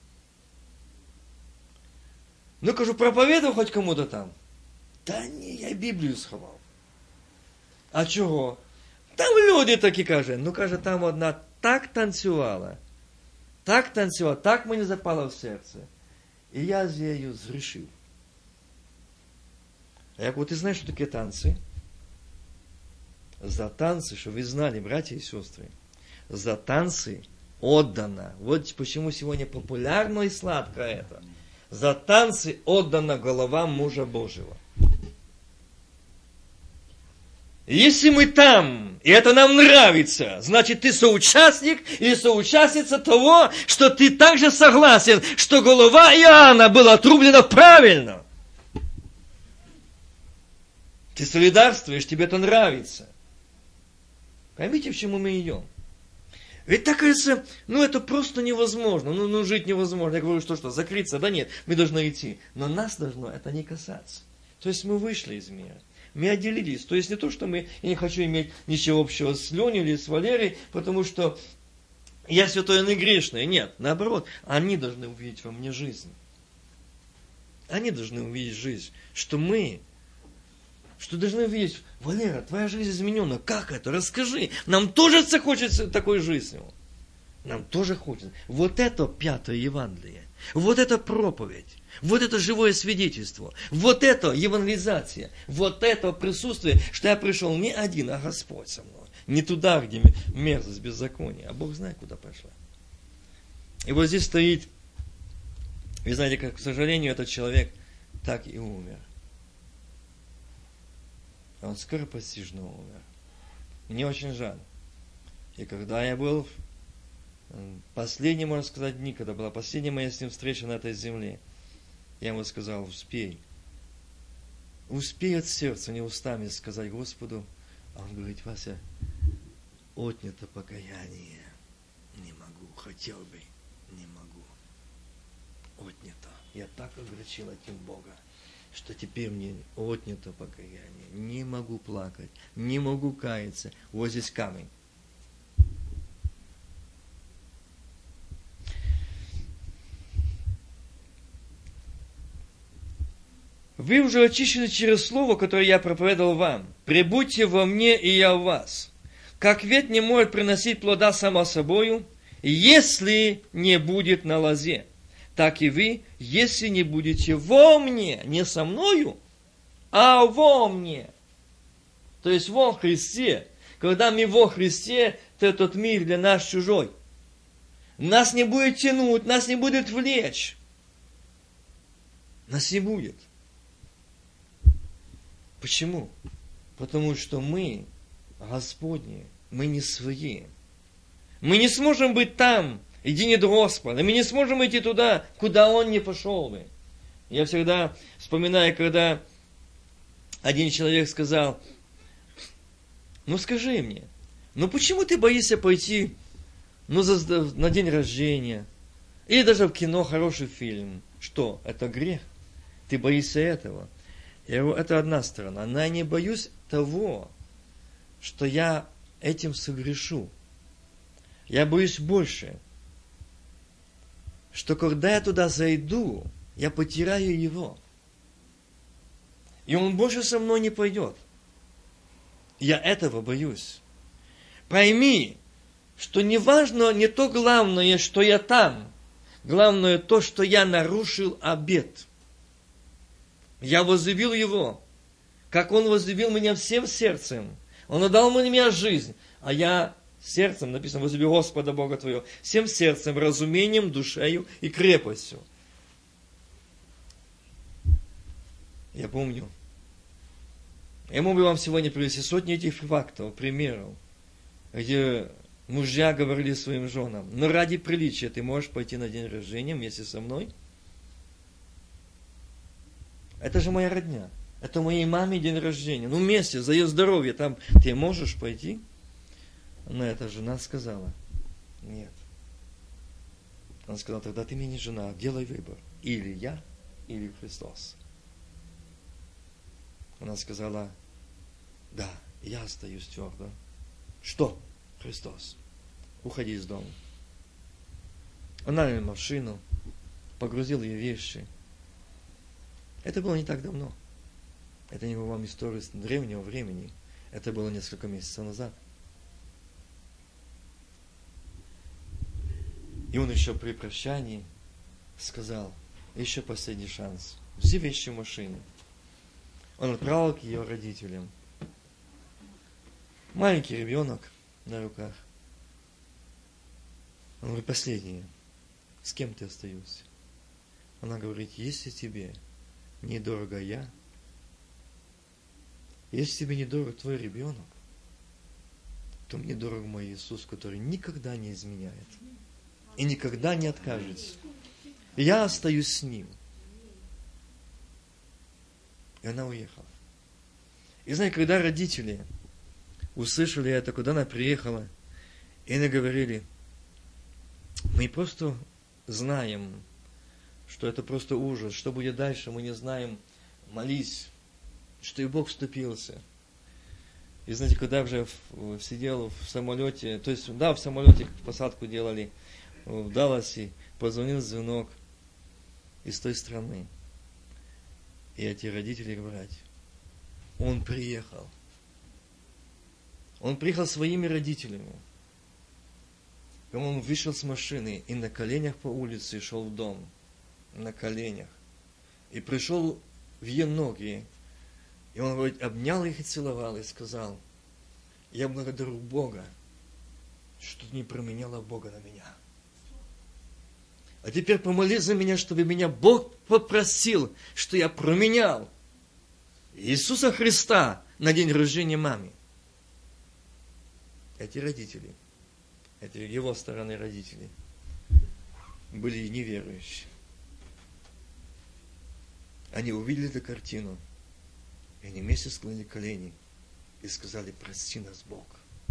Ну, кажу, проповідав хоч кому-то там? Та ні, я Біблію сховав. А чого? Там люди такі, каже. Ну, каже, там одна так танцювала, так танцювала, так мені запало в серце. І я з нею згрішив. А я говорю, ти знаєш, що таке танці? За танцы, чтобы вы знали, братья и сестры, за танцы отдано. Вот почему сегодня популярно и сладко это. За танцы отдана голова мужа Божьего. Если мы там, и это нам нравится, значит, ты соучастник или соучастница того, что ты также согласен, что голова Иоанна была отрублена правильно. Ты солидарствуешь, тебе это нравится. Поймите, к чему мы идем. Ведь так кажется, ну это просто невозможно, ну, ну жить невозможно. Я говорю, что что, закрыться? Да нет, мы должны идти. Но нас должно это не касаться. То есть мы вышли из мира, мы отделились. То есть не то, что мы, я не хочу иметь ничего общего с Леней или с Валерией, потому что я святой, он и грешный. Нет, наоборот, они должны увидеть во мне жизнь. Они должны увидеть жизнь, что мы... Что должны увидеть, Валера, твоя жизнь изменена. Как это? Расскажи. Нам тоже хочется такой жизни. Нам тоже хочется. Вот это пятое Евангелие. Вот это проповедь. Вот это живое свидетельство. Вот это евангелизация. Вот это присутствие, что я пришел не один, а Господь со мной. Не туда, где мерзость, беззаконие. А Бог знает, куда пошла. И вот здесь стоит, вы знаете, как, к сожалению, этот человек так и умер. Он скоропостижно умер. Мне очень жаль. И когда я был в последние, можно сказать, дни, когда была последняя моя с ним встреча на этой земле, я ему сказал, успей. Успей от сердца, не устами сказать Господу. А он говорит, Вася, отнято покаяние. Не могу, хотел бы, не могу. Отнято. Я так огорчил этим Бога, что теперь мне отнято покаяние. Не могу плакать, не могу каяться. Вот здесь камень. Вы уже очищены через слово, которое я проповедовал вам. Прибудьте во мне, и я в вас. Как ветвь не может приносить плода сама собою, если не будет на лозе, так и вы, если не будете во мне, не со мною, а во мне. То есть во Христе. Когда мы во Христе, то этот мир для нас чужой. Нас не будет тянуть, нас не будет влечь. Нас не будет. Почему? Потому что мы Господни, мы не свои. Мы не сможем быть там, где нет Господа. Мы не сможем идти туда, куда Он не пошел бы. Я всегда вспоминаю, когда один человек сказал: ну скажи мне, ну почему ты боишься пойти ну, за, на день рождения? Или даже в кино хороший фильм. Что? Это грех? Ты боишься этого? Я говорю, это одна сторона. Но я не боюсь того, что я этим согрешу. Я боюсь больше, что когда я туда зайду, я потеряю его. И он больше со мной не пойдет. Я этого боюсь. Пойми, что не важно, не то главное, что я там. Главное то, что я нарушил обет. Я возлюбил его, как он возлюбил меня всем сердцем. Он отдал мне жизнь, а я сердцем, написано, возлюби Господа Бога твоего, всем сердцем, разумением, душею и крепостью. Я помню. Я мог бы вам сегодня привести сотни этих фактов, примеров, где мужья говорили своим женам: но ради приличия ты можешь пойти на день рождения вместе со мной? Это же моя родня. Это моей маме день рождения. Ну, вместе, за ее здоровье, там ты можешь пойти? Но эта жена сказала: нет. Она сказала: тогда ты мне не жена, делай выбор. Или я, или Христос. Она сказала: да, я остаюсь твердо. Что? Христос. Уходи из дома. Она наняла машину, погрузил ее вещи. Это было не так давно. Это не вам история с древнего времени. Это было несколько месяцев назад. И он еще при прощании сказал: еще последний шанс. Все вещи в машине. Он отправил к ее родителям. Маленький ребенок на руках. Он говорит: последнее. С кем ты остаешься? Она говорит: если тебе недорого я, если тебе недорог твой ребенок, то мне дорог мой Иисус, который никогда не изменяет и никогда не откажется. Я остаюсь с Ним. И она уехала. И знаете, когда родители услышали это, куда она приехала, и они говорили: мы просто знаем, что это просто ужас, что будет дальше, мы не знаем, молись, что и Бог вступился. И знаете, когда я уже сидел в самолете, то есть, да, в самолете посадку делали в Далласе, позвонил звонок из той страны. И эти родители говорят: он приехал. Он приехал своими родителями. И он вышел с машины и на коленях по улице шел в дом. На коленях. И пришел в ее ноги. И он, говорит, обнял их и целовал, и сказал: я благодарю Бога, что ты не променяла Бога на меня. А теперь помолись за меня, чтобы меня Бог попросил, что я променял Иисуса Христа на день рождения маме. Эти родители, эти его стороны родители, были неверующие. Они увидели эту картину, и они вместе склонили колени и сказали: прости нас, Бог.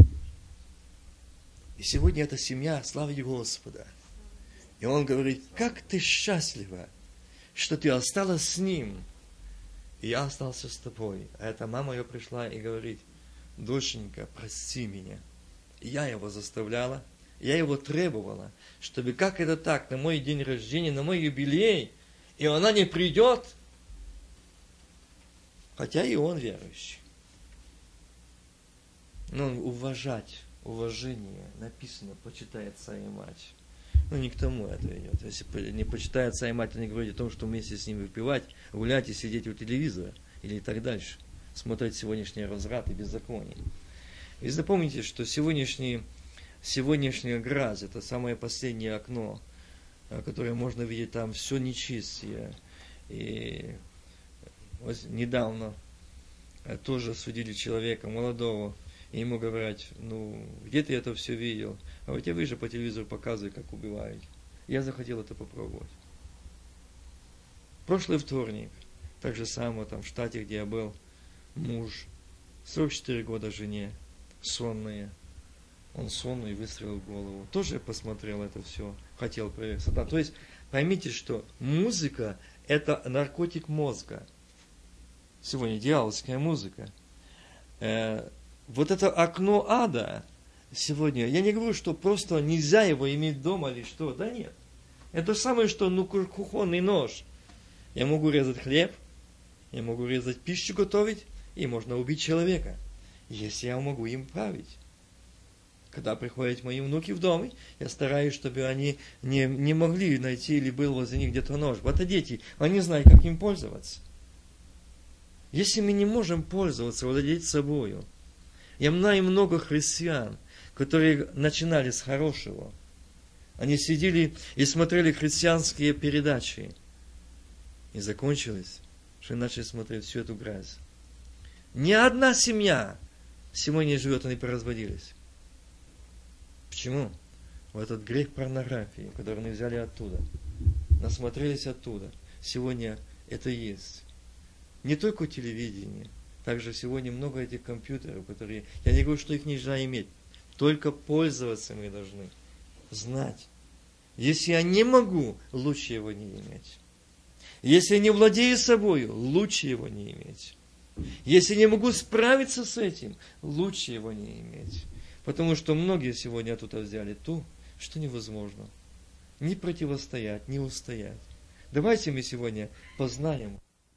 И сегодня эта семья славит Господа. И он говорит: как ты счастлива, что ты осталась с ним, и я остался с тобой. А эта мама ее пришла и говорит: доченька, прости меня. И я его заставляла, я его требовала, чтобы как это так, на мой день рождения, на мой юбилей, и она не придет, хотя и он верующий. Но уважать, уважение написано: почитай отца и мать. Ну, не к тому это идет. Если не почитает отца и мать, то не говорит о том, что вместе с ними выпивать, гулять и сидеть у телевизора. или так дальше. Смотреть сегодняшний разврат и беззаконие. И запомните, что сегодняшний, сегодняшняя грязь, это самое последнее окно, которое можно видеть там, все нечистое. И вот недавно тоже судили человека молодого, и ему говорят, ну, где ты это все видел? А вот я вы же по телевизору показывают, как убивают. Я захотел это попробовать. Прошлый вторник, так же самое там в штате, где я был, муж, сорок четыре года жене, сонные. Он сонный, выстрелил в голову. Тоже посмотрел это все, хотел проверить. То есть, поймите, что музыка – это наркотик мозга. Сегодня дьявольская музыка. Э, вот это окно ада сегодня, я не говорю, что просто нельзя его иметь дома или что. Да нет. Это самое, что ну, кухонный нож. Я могу резать хлеб, я могу резать пищу, готовить, и можно убить человека, если я могу им править. Когда приходят мои внуки в дом, я стараюсь, чтобы они не, не могли найти, или был возле них где-то нож. Вот это дети, они знают, как им пользоваться. Если мы не можем пользоваться, владеть собою, я знаю много христиан, которые начинали с хорошего. Они сидели и смотрели христианские передачи. И закончилось, что начали смотреть всю эту грязь. Ни одна семья сегодня не живет, они поразводились. Почему? Вот этот грех порнографии, который они взяли оттуда, насмотрелись оттуда. Сегодня это есть. Не только телевидение, также сегодня много этих компьютеров, которые, я не говорю, что их нельзя иметь, только пользоваться мы должны, знать. Если я не могу, лучше его не иметь. Если я не владею собою, лучше его не иметь. Если не могу справиться с этим, лучше его не иметь. Потому что многие сегодня оттуда взяли то, что невозможно. Ни противостоять, ни устоять. Давайте мы сегодня познаем.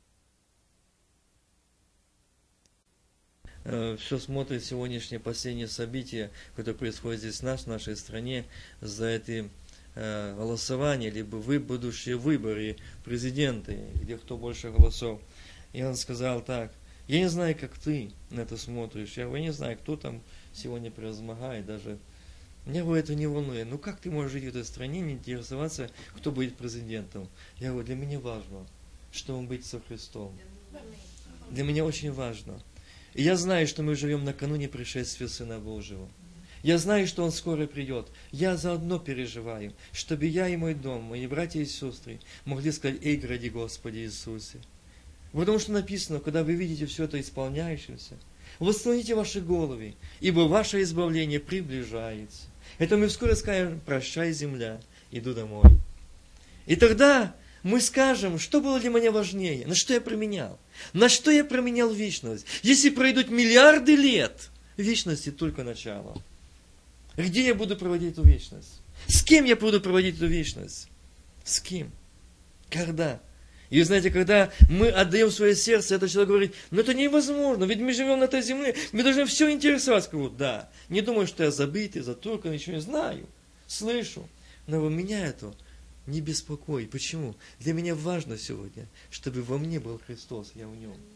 Все смотрит сегодняшнее последнее событие, которое происходит здесь в нас, в нашей стране, за эти голосования, либо вы, будущие выборы президента, где кто больше голосов. И он сказал так: я не знаю, как ты на это смотришь, я не знаю, кто там сегодня превозмогает, даже меня это не волнует. Ну как ты можешь жить в этой стране, не интересоваться, кто будет президентом? Я говорю, для меня важно, чтобы быть со Христом. Для меня очень важно. И я знаю, что мы живем накануне пришествия Сына Божьего. Я знаю, что Он скоро придет. Я заодно переживаю, чтобы я и мой дом, мои братья и сестры могли сказать: «Эй, гради Господи Иисусе». Потому что написано, когда вы видите все это исполняющееся, восстановите ваши головы, ибо ваше избавление приближается. Это мы вскоре скажем: прощай, земля, иду домой. И тогда мы скажем, что было для меня важнее, на что я променял, на что я променял вечность. Если пройдут миллиарды лет, вечности только начало. Где я буду проводить эту вечность? С кем я буду проводить эту вечность? С кем? Когда? И вы знаете, когда мы отдаем свое сердце, этот человек говорит: ну это невозможно, ведь мы живем на этой земле, мы должны все интересоваться. Скажу: да, не думаю, что я забытый, затуркан, ничего не знаю, слышу. Но меня это не беспокоит. Почему? Для меня важно сегодня, чтобы во мне был Христос, я в Нем.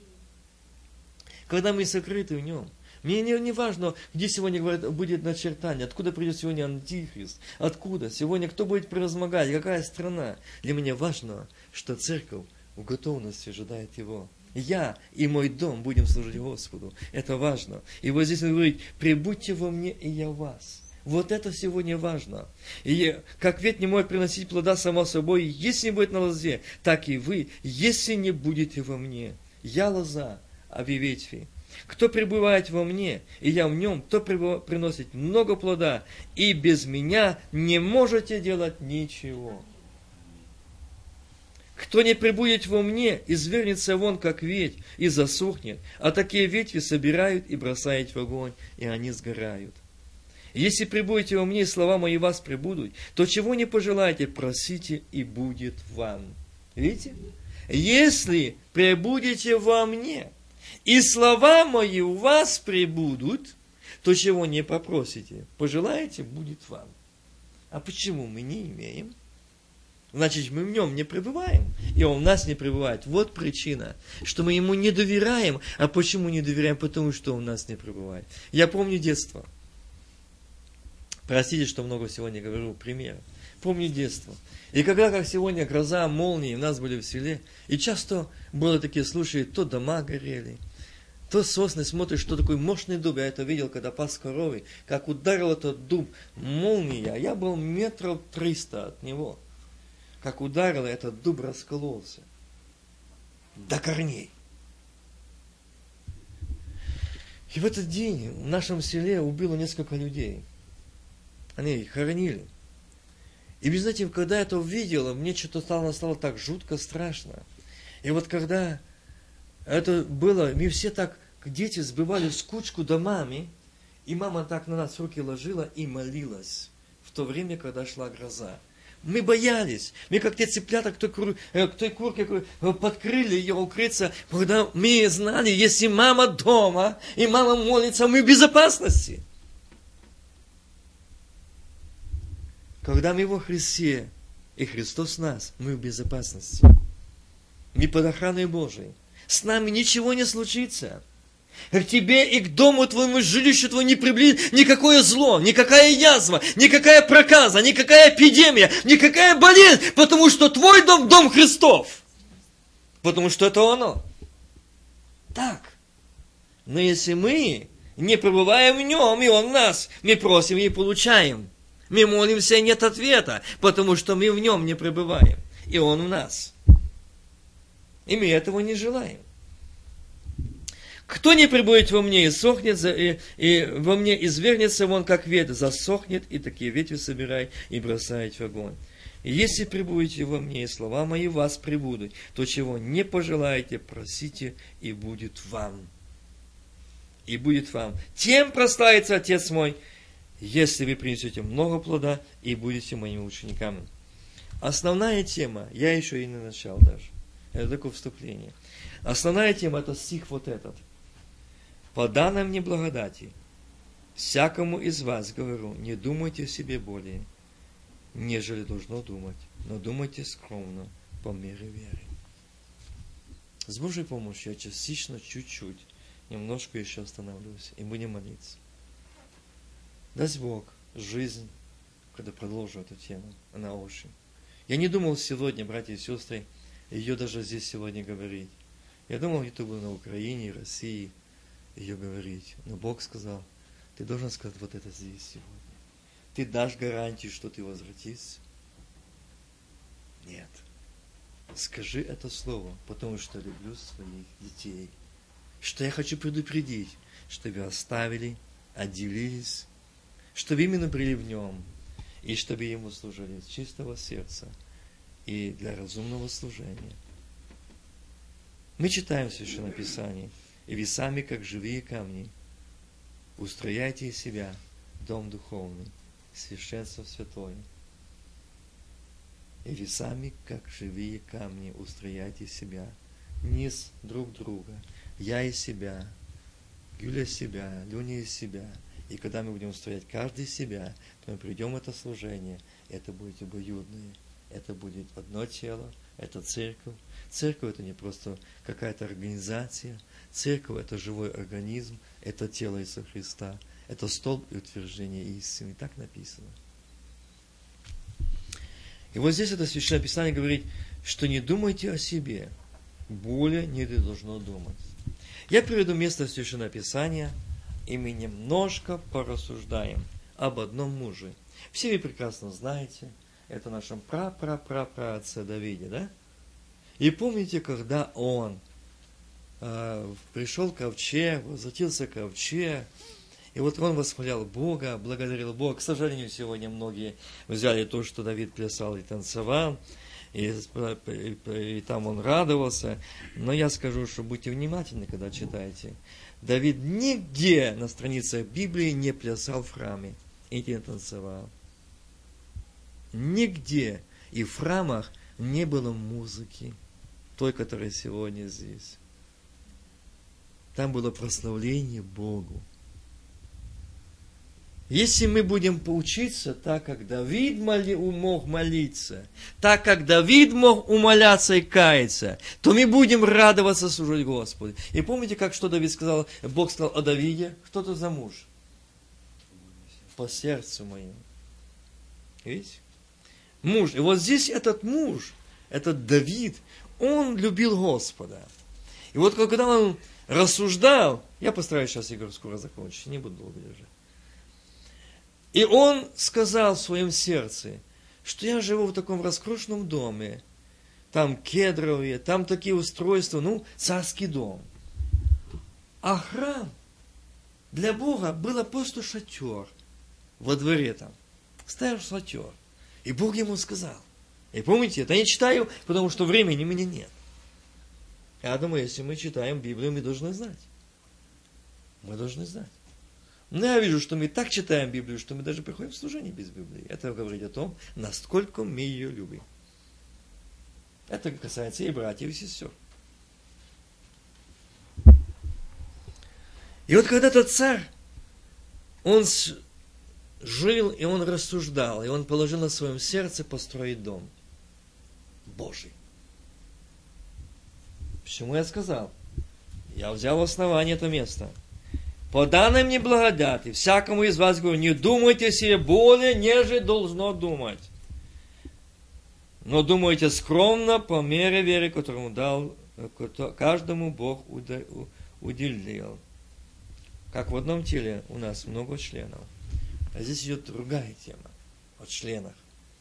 Когда мы сокрыты в Нем, мне не, не важно, где сегодня говорят, будет начертание, откуда придет сегодня Антихрист, откуда, сегодня кто будет превозмогать, какая страна. Для меня важно, что церковь в готовности ожидает Его. Я и мой дом будем служить Господу. Это важно. И вот здесь он говорит: прибудьте во мне, и я в вас. Вот это сегодня важно. И как ветвь не может приносить плода само собой, если не будет на лозе, так и вы, если не будете во мне. Я лоза, а вы ветви. Кто пребывает во мне, и я в нем, то приносит много плода, и без меня не можете делать ничего. Кто не пребудет во мне, извернется вон, как ветвь, и засохнет, а такие ветви собирают и бросают в огонь, и они сгорают. Если пребудете во мне, и слова мои в вас пребудут, то чего не пожелаете, просите, и будет вам. Видите? Если пребудете во мне, и слова мои у вас пребудут, то чего не попросите, пожелаете, будет вам. А почему мы не имеем? Значит, мы в нем не пребываем, и он в нас не пребывает. Вот причина, что мы ему не доверяем. А почему не доверяем? Потому что он в нас не пребывает. Я помню детство. Простите, что много сегодня говорю примеров. Помню детство. И когда, как сегодня, гроза, молнии, у нас были в селе, и часто были такие случаи, то дома горели, то сосны, смотришь, что такой мощный дуб. Я это видел, когда пас коровы, как ударил этот дуб молния. Я был метров триста от него. Как ударило, этот дуб раскололся до корней. И в этот день в нашем селе убило несколько людей. Они их хоронили. И вы знаете, когда я это увидел, мне что-то стало, стало так жутко страшно. И вот когда это было, мы все так, дети сбивались в кучку домами, и мама так на нас руки ложила и молилась в то время, когда шла гроза. Мы боялись. Мы как те цыплята к той, кур, к той курке подкрыли ее укрыться, когда мы знали, если мама дома, и мама молится, мы в безопасности. Когда мы во Христе, и Христос в нас, мы в безопасности. Мы под охраной Божией. С нами ничего не случится. К тебе и к дому твоему, жилищу твоему не приблизится никакое зло, никакая язва, никакая проказа, никакая эпидемия, никакая болезнь, потому что твой дом – дом Христов. Потому что это оно. Так. Но если мы не пребываем в нем, и он в нас, мы просим и получаем. Мы молимся, и нет ответа, потому что мы в нем не пребываем, и он в нас. И мы этого не желаем. Кто не пребудет во мне и сохнет, и, и во мне извергнется вон, как ветвь, засохнет, и такие ветви собирай и бросает в огонь. И если пребудете во мне, и слова мои в вас пребудут, то чего не пожелаете, просите, и будет вам. И будет вам. Тем прославится Отец мой, если вы принесете много плода и будете моими учениками. Основная тема, я еще и не начал даже, это такое вступление. Основная тема, это стих вот этот. По данной мне благодати, всякому из вас говорю, не думайте о себе более, нежели должно думать, но думайте скромно, по мере веры. С Божьей помощью я частично, чуть-чуть, немножко еще остановлюсь, и будем молиться. Даст Бог жизнь, когда продолжу эту тему, она очень. Я не думал сегодня, братья и сестры, ее даже здесь сегодня говорить. Я думал, где-то было на Украине, России, ее говорить. Но Бог сказал, ты должен сказать вот это здесь сегодня. Ты дашь гарантию, что ты возвратишься? Нет. Скажи это слово, потому что люблю своих детей. Что я хочу предупредить, чтобы оставили, отделились, чтобы именно были в нем, и чтобы ему служили из чистого сердца и для разумного служения. Мы читаем в Священном Писании, и вы сами, как живые камни, устрояйте из себя дом духовный, священство святое. И вы сами, как живые камни, устрояйте из себя, низ друг друга, я из себя, Юля из себя, Люня из себя. И когда мы будем устроять каждый из себя, то мы придем в это служение, это будет обоюдное, это будет одно тело, это церковь. Церковь это не просто какая-то организация, церковь это живой организм, это тело Иисуса Христа, это столб и утверждение истины, так написано. И вот здесь это Священное Писание говорит, что не думайте о себе, более не должно думать. Я приведу место Священного Писания, и мы немножко порассуждаем об одном муже. Все вы прекрасно знаете, это нашем пра-пра-пра-пра-отце Давиде, да? И помните, когда он э, пришел к ковчег, возвратился к ковчег, и вот он восхвалял Бога, благодарил Бога. К сожалению, сегодня многие взяли то, что Давид плясал и танцевал, и, и, и там он радовался. Но я скажу, что будьте внимательны, когда читаете. Давид нигде на страницах Библии не плясал в храме и не танцевал. Нигде. И в храмах не было музыки, той, которая сегодня здесь. Там было прославление Богу. Если мы будем поучиться так, как Давид моли, мог молиться, так, как Давид мог умоляться и каяться, то мы будем радоваться служить Господу. И помните, как что Давид сказал, Бог сказал о Давиде? Кто это за муж? По сердцу моему. Видите? Муж. И вот здесь этот муж, этот Давид, он любил Господа. И вот когда он рассуждал, я постараюсь сейчас, Игорь, скоро закончить, не буду долго держать. И он сказал в своем сердце, что я живу в таком роскошном доме, там кедровые, там такие устройства, ну, царский дом. А храм для Бога было просто шатер во дворе там. Стоял шатер. И Бог ему сказал. И помните, это я читаю, потому что времени у меня нет. Я думаю, если мы читаем Библию, мы должны знать. Мы должны знать. Но я вижу, что мы так читаем Библию, что мы даже приходим в служение без Библии. Это говорит о том, насколько мы ее любим. Это касается и братьев, и сестер. И вот когда этот царь, он жил, и он рассуждал, и он положил на своем сердце построить дом Божий. Почему я сказал? Я взял в основание это место. По данной мне благодати, всякому из вас говорю, не думайте о себе более, нежели должно думать. Но думайте скромно, по мере веры, которому дал, каждому Бог уделил. Как в одном теле у нас много членов. А здесь идет другая тема о членах.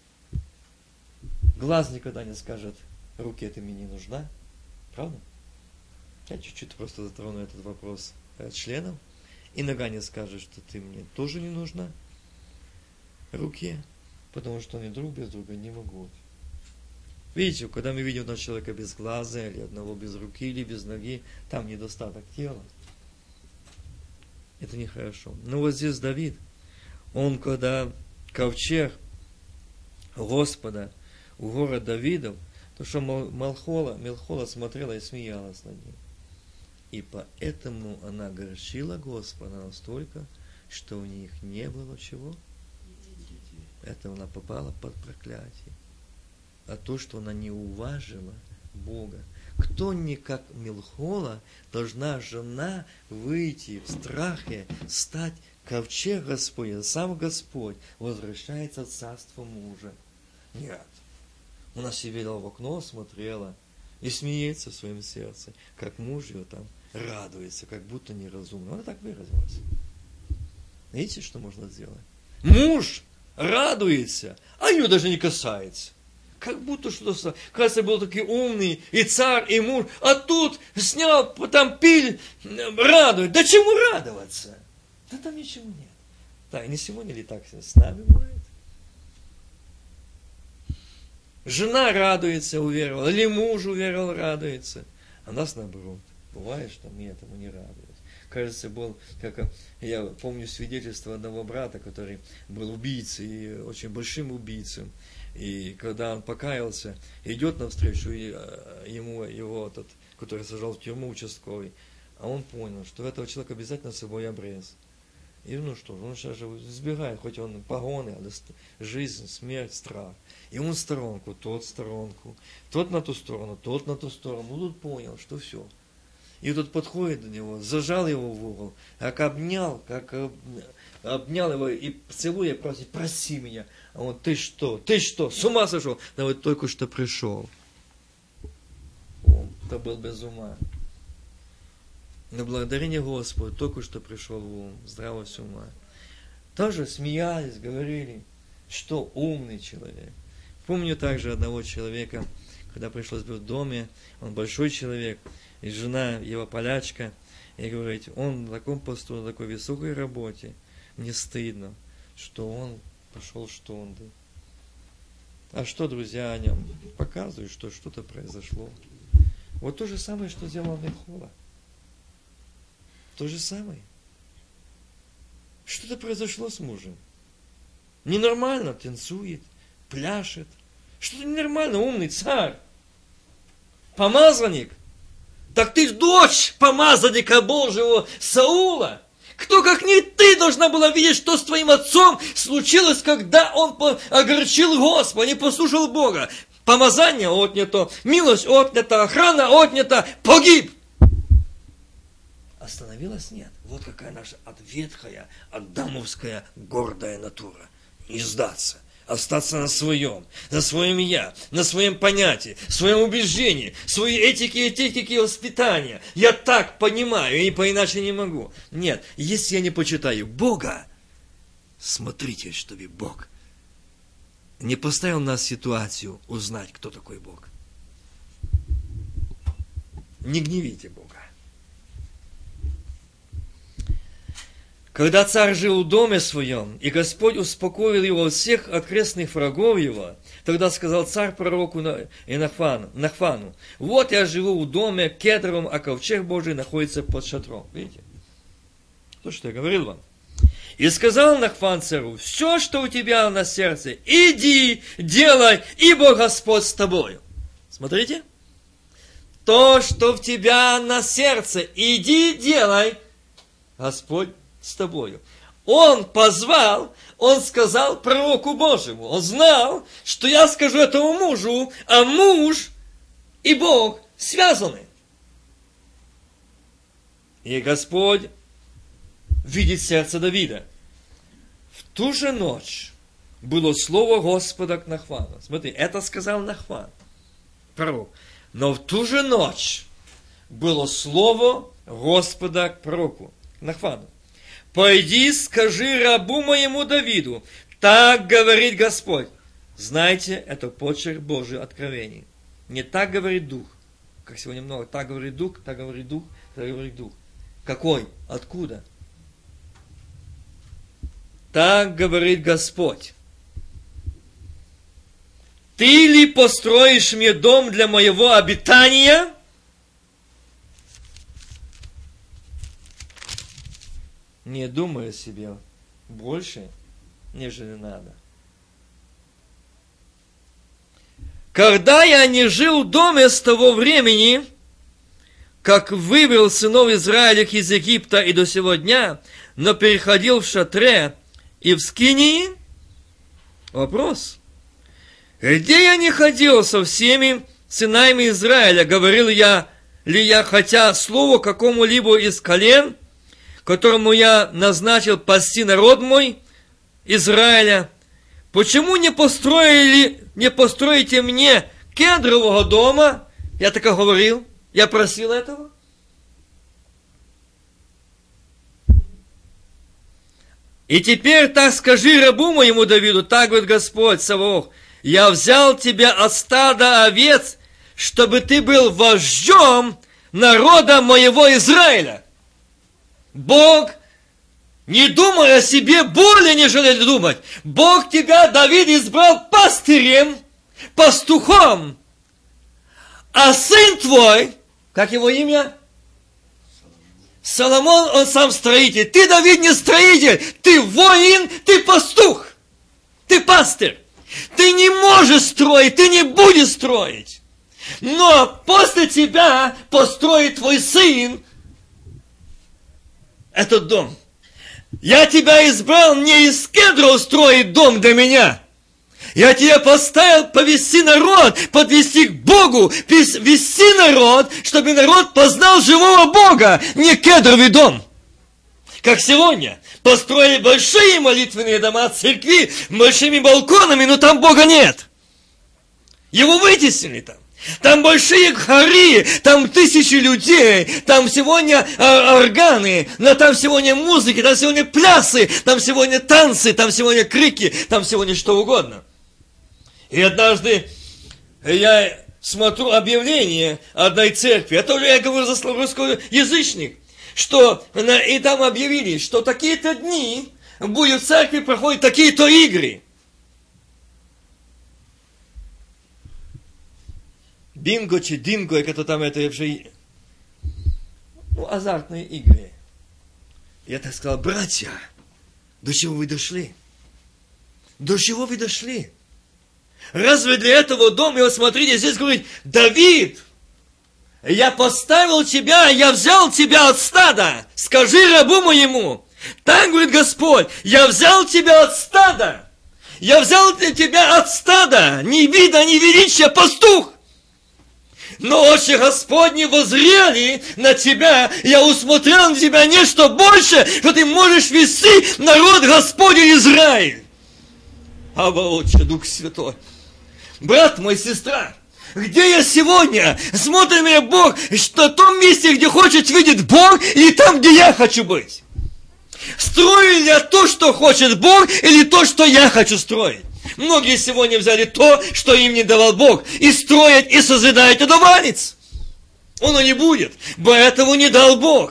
Глаз никогда не скажет, руке ты мне не нужна. Правда? Я чуть-чуть просто затрону этот вопрос членов. И нога не скажет, что ты мне тоже не нужна. Руке. Потому что они друг без друга не могут. Видите, когда мы видим одного человека без глаза, или одного без руки, или без ноги, там недостаток тела. Это нехорошо. Но вот здесь Давид, он когда ковчег Господа у гора Давидов, то что Малхола, Мелхола смотрела и смеялась над ним. И поэтому она горчила Господа настолько, что у них не было чего. Это она попала под проклятие. А то, что она не уважила Бога. Кто не как Мелхола, должна жена выйти в страхе, стать ковчег Господень, сам Господь возвращается в царство мужа. Нет. Она сидела в окно, смотрела и смеется в своем сердце, как муж ее там радуется, как будто неразумно. Она так выразилась. Видите, что можно сделать? Муж радуется, а ее даже не касается. Как будто что-то... Кажется, был такой умный и царь, и муж, а тут снял, там пиль, радует. Да чему радоваться? Да там ничего нет. Так, не сегодня ли так с нами бывает? Жена радуется, уверовала, или муж уверовал, радуется. А нас наоборот. Бывает, что мы этому не радуемся. Кажется, был, как я помню свидетельство одного брата, который был убийцей, очень большим убийцей. И когда он покаялся, идет навстречу ему его, тот, который сажал в тюрьму, участковый, а он понял, что у этого человека обязательно с собой обрез. И ну что ж, он сейчас же сбегает, хоть он погоны, жизнь, смерть, страх. И он в сторонку, тот в сторонку, тот на ту сторону, тот на ту сторону. Ну тут понял, что все. И тут подходит до него, зажал его в угол, как обнял, как обнял его и целуя, просит, проси меня. А он, ты что, ты что, с ума сошел? Да вот только что пришел. Он-то был без ума. Но благодарение Господу только что пришел в ум, здравость ума. Тоже смеялись, говорили, что умный человек. Помню также одного человека, когда пришлось быть в доме, он большой человек, и жена его полячка, и говорит, он на таком посту, на такой высокой работе, мне стыдно, что он пошел в штунды. А что, друзья, о нем показывают, что что-то произошло. Вот то же самое, что сделал Мелхола. То же самое. Что-то произошло с мужем. Ненормально танцует, пляшет. Что-то ненормально, умный царь. Помазанник. Так ты дочь помазанника Божьего Саула. Кто, как не ты, должна была видеть, что с твоим отцом случилось, когда он огорчил Господа, не послушал Бога. Помазание отнято, милость отнята, охрана отнята, погиб. Остановилась? Нет. Вот какая наша ответхая, адамовская, гордая натура. Не сдаться. Остаться на своем, на своем я, на своем понятии, своем убеждении, своей этике, этике и воспитания. Я так понимаю и по-иначе не могу. Нет, если я не почитаю Бога, смотрите, чтобы Бог не поставил нас в ситуацию узнать, кто такой Бог. Не гневите Бога. Когда царь жил в доме своем, и Господь успокоил его от всех окрестных врагов его, тогда сказал царь пророку Нахфану, Нахфану: вот я живу в доме кедровом, а ковчег Божий находится под шатром. Видите? То, что я говорил вам. И сказал Нахфан царю: все, что у тебя на сердце, иди, делай, ибо Господь с тобою. Смотрите. То, что в тебя на сердце, иди, делай, Господь с тобою. Он позвал, он сказал пророку Божьему. Он знал, что я скажу этому мужу, а муж и Бог связаны. И Господь видит сердце Давида. В ту же ночь было слово Господа к Нахфану. Смотри, это сказал Нахфан, пророк. Но в ту же ночь было слово Господа к пророку, к Нахфану. Пойди, скажи рабу моему Давиду, так говорит Господь. Знаете, это почерк Божий откровений. Не так говорит Дух, как сегодня много. Так говорит Дух, так говорит Дух, так говорит Дух. Какой? Откуда? Так говорит Господь. Ты ли построишь мне дом для моего обитания? Не думай о себе больше, нежели надо. Когда я не жил в доме с того времени, как вывел сынов Израилевых из Египта и до сего дня, но переходил в шатре и в скинии, вопрос, где я не ходил со всеми сынами Израиля, говорил я ли я хотя слово какому-либо из колен, которому я назначил пасти народ мой, Израиля, почему не построили, не построите мне кедрового дома? Я так и говорил, я просил этого. И теперь так скажи рабу моему Давиду, так говорит Господь Саваоф, я взял тебя от стада овец, чтобы ты был вождем народа моего Израиля. Бог, не думай о себе более, нежели думать. Бог тебя, Давид, избрал пастырем, пастухом. А сын твой, как его имя? Соломон, он сам строитель. Ты, Давид, не строитель. Ты воин, ты пастух. Ты пастырь. Ты не можешь строить, ты не будешь строить. Но после тебя построит твой сын этот дом. Я тебя избрал не из кедров строить дом для меня. Я тебя поставил повести народ, подвести к Богу, вести народ, чтобы народ познал живого Бога, не кедровый дом. Как сегодня. Построили большие молитвенные дома, церкви, большими балконами, но там Бога нет. Его вытеснили там. Там большие хоры, там тысячи людей, там сегодня органы, но там сегодня музыки, там сегодня плясы, там сегодня танцы, там сегодня крики, там сегодня что угодно. И однажды я смотрю объявление одной церкви, это уже я говорю за русскоязычник, что и там объявили, что такие-то дни будет в церкви проходить такие-то игры. Бинго, чи динго, как-то там это уже, ну, азартные игры. Я так сказал, братья, до чего вы дошли? До чего вы дошли? Разве для этого дома, и вот смотрите, здесь говорит, Давид, я поставил тебя, я взял тебя от стада, скажи рабу моему, Так, говорит Господь, я взял тебя от стада. Я взял тебя от стада. Ни вида, ни величия, пастух. Но очи Господни воззрели на тебя, я усмотрел на тебя нечто больше, что ты можешь вести народ Господень Израиль. Ава, Отче, Дух Святой. Брат мой, сестра, где я сегодня? Смотрит меня Бог, что в том месте, где хочет видеть Бог, или там, где я хочу быть. Строю ли я то, что хочет Бог, или то, что я хочу строить? Многие сегодня взяли то, что им не давал Бог, и строят, и созидают, и добавится. Оно не будет, поэтому не дал Бог.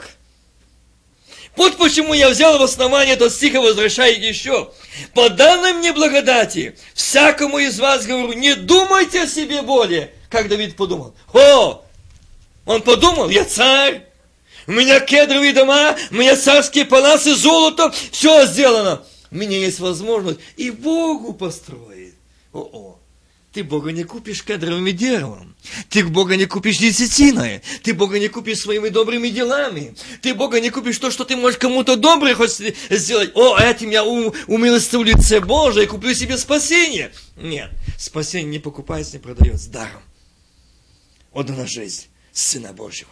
Вот почему я взял в основание этот стих и возвращаю еще. По данной мне благодати, всякому из вас говорю, не думайте о себе более, как Давид подумал. О, он подумал, я царь, у меня кедровые дома, у меня царские паласы, золото, все сделано. У меня есть возможность и Богу построить. О-о. Ты Бога не купишь кедровым деревом. Ты Бога не купишь десятиной. Ты Бога не купишь своими добрыми делами. Ты Бога не купишь то, что ты можешь кому-то доброе хочешь сделать. О, этим я умилостивлю лице Божие и куплю себе спасение. Нет, спасение не покупается, не продается даром. Отдана жизнь Сына Божьего.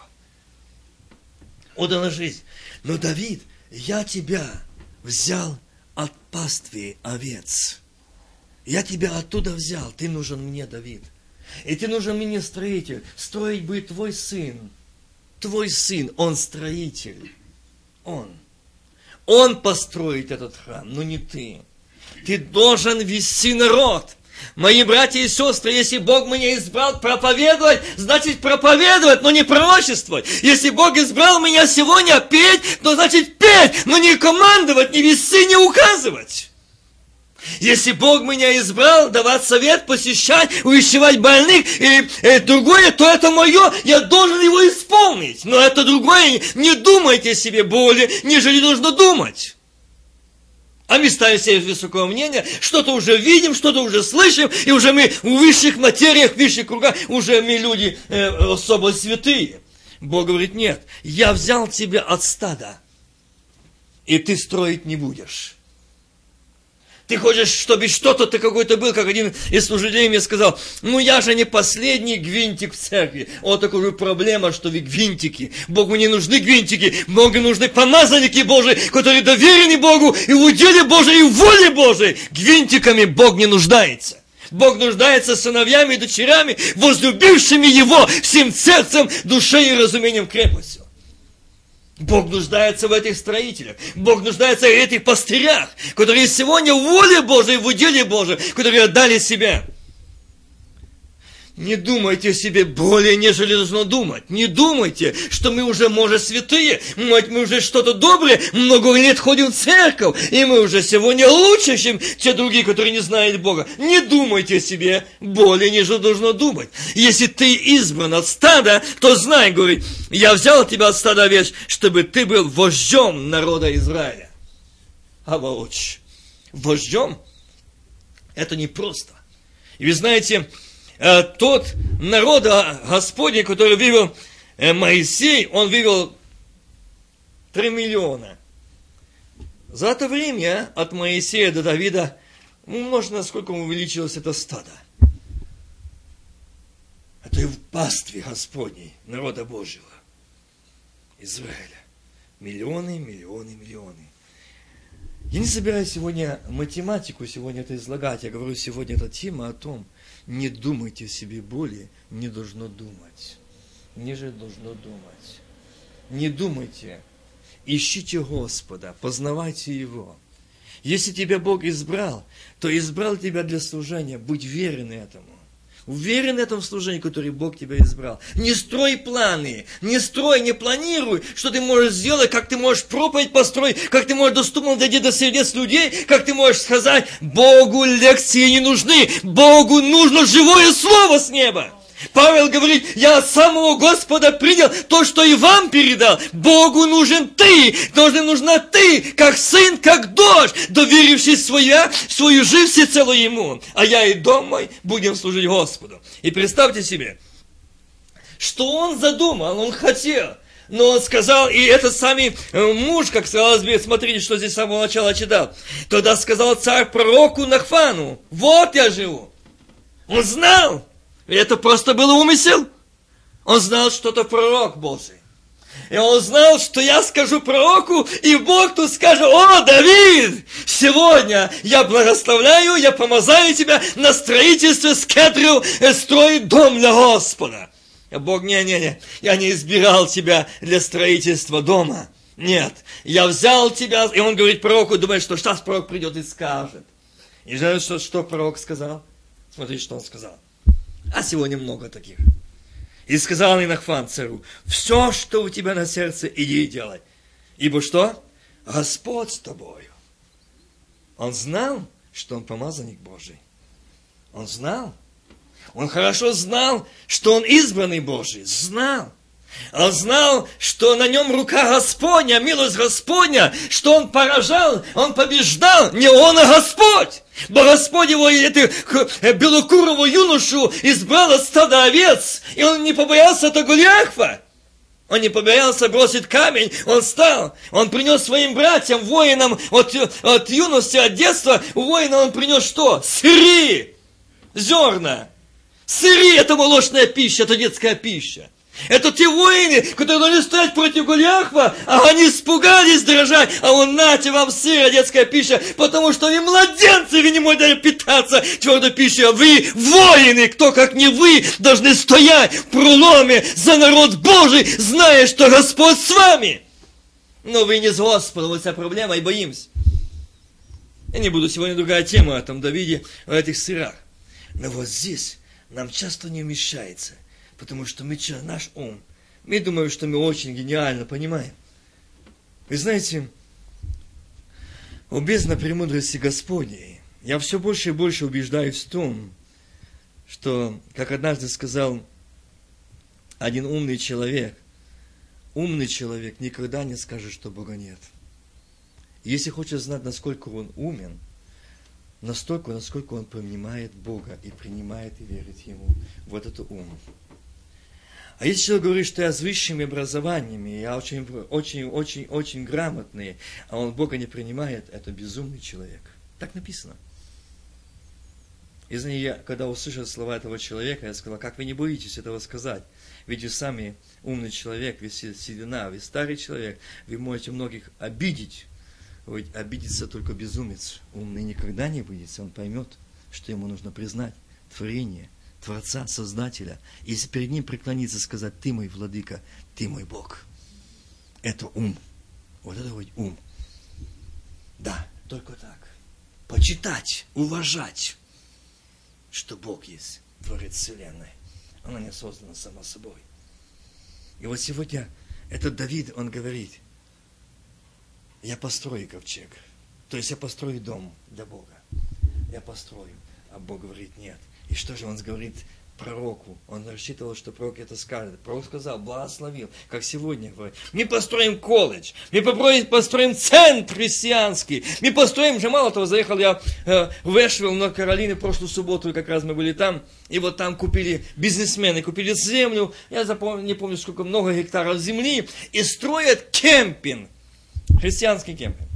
Отдана жизнь. Но, Давид, я тебя взял от паствы овец. Я тебя оттуда взял. Ты нужен мне, Давид. И ты нужен мне строитель. Строить будет твой сын. Твой сын, он строитель. Он. Он построит этот храм, но не ты. Ты должен вести народ. Мои братья и сестры, если Бог меня избрал проповедовать, значит проповедовать, но не пророчествовать. Если Бог избрал меня сегодня петь, то значит петь, но не командовать, не вести, не указывать. Если Бог меня избрал давать совет, посещать, увещевать больных или э, другое, то это мое, я должен его исполнить. Но это другое, не думайте о себе более, нежели нужно думать. А мы ставим себе высокое мнение, что-то уже видим, что-то уже слышим, и уже мы в высших материях, в высших кругах, уже мы люди э, особо святые. Бог говорит, нет, я взял тебя от стада, и ты строить не будешь. Ты хочешь, чтобы что-то ты какой-то был, как один из служителей мне сказал, ну я же не последний гвинтик в церкви. Вот такая же проблема, что вы гвинтики. Богу не нужны гвинтики, Богу нужны помазанники Божии, которые доверены Богу и в уделе Божией, и в воле Божией. Гвинтиками Бог не нуждается. Бог нуждается сыновьями и дочерями, возлюбившими Его всем сердцем, душой и разумением крепостью. Бог нуждается в этих строителях. Бог нуждается в этих пастырях, которые сегодня в воле Божией, в уделе Божьем, которые отдали себя. Не думайте о себе более, нежели должно думать. Не думайте, что мы уже, может, святые, может, мы уже что-то доброе, много лет ходим в церковь, и мы уже сегодня лучше, чем те другие, которые не знают Бога. Не думайте о себе более, нежели должно думать. Если ты избран от стада, то знай, говорит, я взял тебя от стада овец, чтобы ты был вождем народа Израиля. А воочию. Вождем? Это непросто. И вы знаете, тот народ Господень, который вывел Моисей, он вывел три миллиона. За это время от Моисея до Давида, умножено, насколько увеличилось это стадо. Это и в пастве Господней, народа Божьего, Израиля. Миллионы, миллионы, миллионы. Я не собираюсь сегодня математику сегодня это излагать. Я говорю, сегодня эта тема о том, не думайте о себе более, не должно думать. Ниже должно думать. Не думайте. Ищите Господа, познавайте Его. Если тебя Бог избрал, то избрал тебя для служения. Будь верен этому. Уверен в этом служении, которое Бог тебя избрал. Не строй планы, не строй, не планируй, что ты можешь сделать, как ты можешь проповедь построить, как ты можешь доступно дойти до сердец людей, как ты можешь сказать, Богу лекции не нужны, Богу нужно живое слово с неба. Павел говорит, я от самого Господа принял то, что и вам передал. Богу нужен ты, должен нужна ты, как сын, как дочь, доверивший своя, свою жизнь всецело Ему. А я и дом мой будем служить Господу. И представьте себе, что он задумал, он хотел Но он сказал, и этот самый муж, как сказал Збир, смотрите, что здесь с самого начала читал. Тогда сказал царь пророку Нахфану, вот я живу. Он знал, и это просто был умысел. Он знал, что это пророк Божий. И он знал, что я скажу пророку, и Бог тут скажет, о, Давид, сегодня я благословляю, я помазаю тебя на строительстве с кедрил строить дом для Господа. А Бог, не-не-не, я не избирал тебя для строительства дома. Нет, я взял тебя, и он говорит пророку, думает, что сейчас пророк придет и скажет. И знаешь, что, что пророк сказал? Смотри, что он сказал. А сегодня много таких. И сказал Нахфан царю, все, что у тебя на сердце, иди и делай. Ибо что? Господь с тобою. Он знал, что он помазанник Божий. Он знал. Он хорошо знал, что он избранный Божий. Знал. Он знал, что на нем рука Господня, милость Господня, что он поражал, он побеждал, не он, а Господь. Бо Господь его, эту белокурову юношу, избрал от стада овец, и он не побоялся от Голиафа. Он не побоялся бросить камень, он встал, он принес своим братьям, воинам от, от юности, от детства, воина он принес что? Сыры, зерна. Сыры – это молочная пища, это детская пища. Это те воины, которые должны стоять против Голиафа, а они испугались дрожать, а он, нате вам сыра, детская пища, потому что вы младенцы, вы не можете питаться твердой пищей, а вы воины, кто как не вы, должны стоять в проломе за народ Божий, зная, что Господь с вами. Но вы не с Господом, вот вся проблема, и боимся. Я не буду, сегодня другая тема о том Давиде, о этих сырах. Но вот здесь нам часто не вмещается. Потому что мы, наш ум, мы думаем, что мы очень гениально понимаем. Вы знаете, о бездна премудрости Господней, я все больше и больше убеждаюсь в том, что, как однажды сказал один умный человек, умный человек никогда не скажет, что Бога нет. Если хочешь знать, насколько он умен, настолько, насколько он понимает Бога и принимает и верит Ему. Вот это ум. А если человек говорит, что я с высшими образованиями, я очень, очень, очень, очень грамотный, а он Бога не принимает, это безумный человек. Так написано. И знаете, я, когда услышал слова этого человека, я сказал, как вы не боитесь этого сказать? Ведь вы сами умный человек, вы седина, вы старый человек, вы можете многих обидеть. Ведь обидится только безумец. Умный никогда не обидится, он поймет, что ему нужно признать творение, Творца, Создателя. Если перед ним преклониться, сказать, ты мой владыка, ты мой Бог. Это ум. Вот это вот ум. Да, только так. Почитать, уважать, что Бог есть, Творец Вселенной. Она не создана сама собой. И вот сегодня этот Давид, он говорит, я построю ковчег. То есть я построю дом для Бога. Я построю. А Бог говорит, нет. И что же он говорит пророку? Он рассчитывал, что пророк это скажет. Пророк сказал, благословил, как сегодня говорит. Мы построим колледж, мы построим центр христианский, мы построим, же мало того, заехал я э, в Эшвилл, в Норд-Каролине, в прошлую субботу, как раз мы были там, и вот там купили, бизнесмены купили землю, я запомнил, не помню, сколько, много гектаров земли, и строят кемпинг, христианский кемпинг.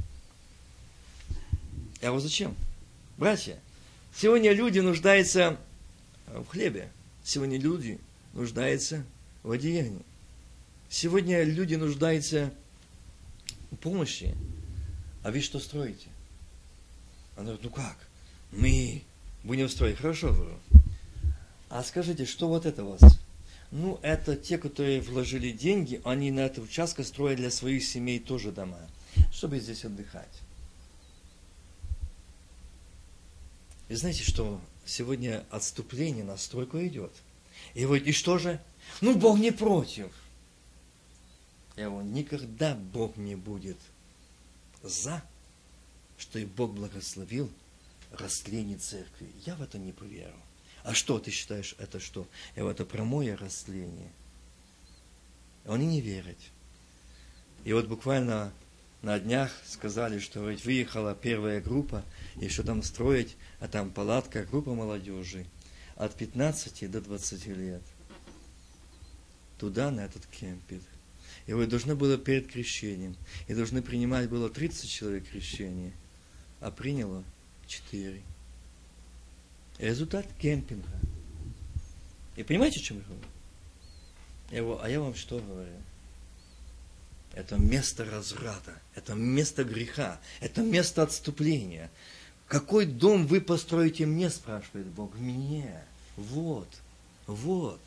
Я говорю, зачем? Братья, сегодня люди нуждаются в хлебе. Сегодня люди нуждаются в одеянии. Сегодня люди нуждаются в помощи. А вы что строите? Он говорит, ну как? Мы будем строить. Хорошо, говорю. А скажите, что вот это у вас? Ну, это те, которые вложили деньги, они на этом участке строят для своих семей тоже дома, чтобы здесь отдыхать. И знаете, что сегодня отступление на стройку идет. И говорит, и что же? Ну, Бог не против. Я говорю, никогда Бог не будет за, что и Бог благословил растление церкви. Я в это не поверю. А что ты считаешь, это что? Я говорю, это прямое растление. Они не верят. И вот буквально на днях сказали, что ведь выехала первая группа, и что там строить, а там палатка, группа молодежи от пятнадцати до двадцати лет. Туда, на этот кемпинг. И вот должно было перед крещением. И должны принимать было тридцать человек крещения. А приняло четыре. Результат кемпинга. И понимаете, о чем я говорю? Я его, а я вам что говорю? Это место разврата, это место греха, это место отступления. Какой дом вы построите мне, спрашивает Бог, мне. Вот, вот.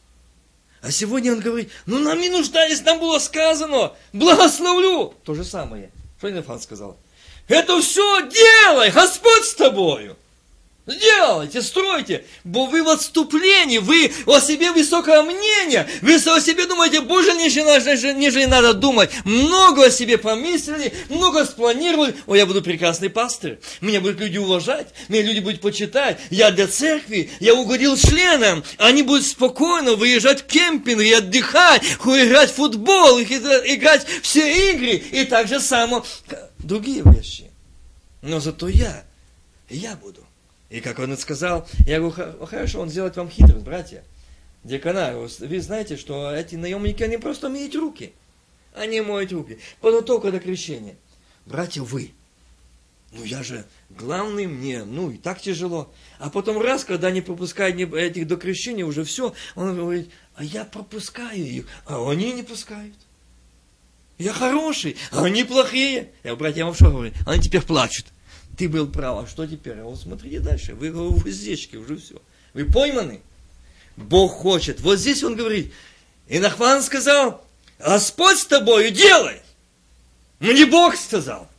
А сегодня он говорит, ну нам не нуждались, нам было сказано, благословлю. То же самое. Что Иоанн сказал? Это все делай, Господь с тобою. Делайте, стройте, бо вы в отступлении, вы о себе высокое мнение, вы о себе думаете больше, нежели, нежели надо думать. Много о себе помыслили, много спланировали. О, я буду прекрасный пастырь, меня будут люди уважать, меня люди будут почитать, я для церкви, я угодил членам, они будут спокойно выезжать в кемпинг и отдыхать, играть в футбол, играть все игры и так же само другие вещи. Но зато я, я буду. И как он сказал, я говорю, хорошо, он сделает вам хитрость, братья. Дьякона, вы знаете, что эти наемники, они просто моют руки. Они моют руки. Подготовка до крещения. Братья, вы. Ну я же главный мне, ну и так тяжело. А потом раз, когда они пропускают этих до крещения, уже все, он говорит, а я пропускаю их, а они не пускают. Я хороший, а они плохие. Я говорю, братья, я вам что говорю? Они теперь плачут. Ты был прав, а что теперь? А вот смотрите дальше, вы в уздечке, уже все. Вы пойманы? Бог хочет. Вот здесь он говорит, Иоанн сказал, Господь с тобою, делай. Мне Бог сказал.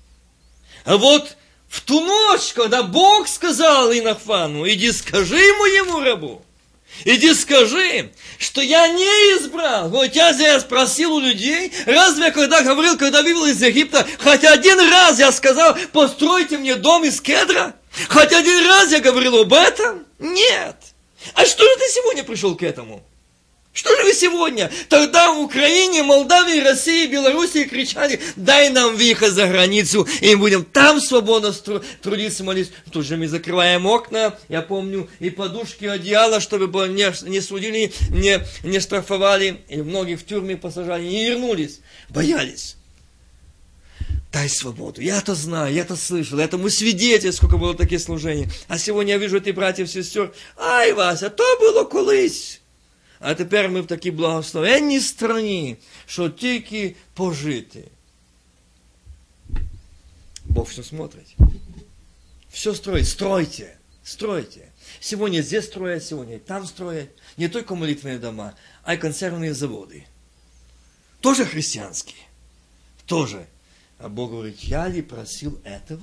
А вот в ту ночь, когда Бог сказал Иоанну, иди скажи моему рабу, иди скажи, что я не избрал. Вот я здесь спросил у людей, разве я когда говорил, когда вывел из Египта, хотя один раз я сказал, постройте мне дом из кедра? Хотя один раз я говорил об этом? Нет. А что же ты сегодня пришел к этому? Что же вы сегодня? Тогда в Украине, Молдавии, России, Белоруссии кричали, дай нам выход за границу, и мы будем там свободно трудиться, молиться. Тут же мы закрываем окна, я помню, и подушки, и одеяло, чтобы не, не судили, не, не штрафовали, и многих в тюрьмы посажали, не вернулись, боялись. Дай свободу. Я это знаю, я это слышал, я этому свидетель, сколько было таких служений. А сегодня я вижу этих братьев и сестер, ай, Вася, то було колись. А тепер ми в такій благословенній страні, що тільки пожити. Бог все смотрит. Все строит. Стройте. Стройте. Сегодня здесь строят, сегодня там строят. Не только молитвенные дома, а и консервные заводы. Тоже христианские. Тоже. А Бог говорит, я ли просил этого?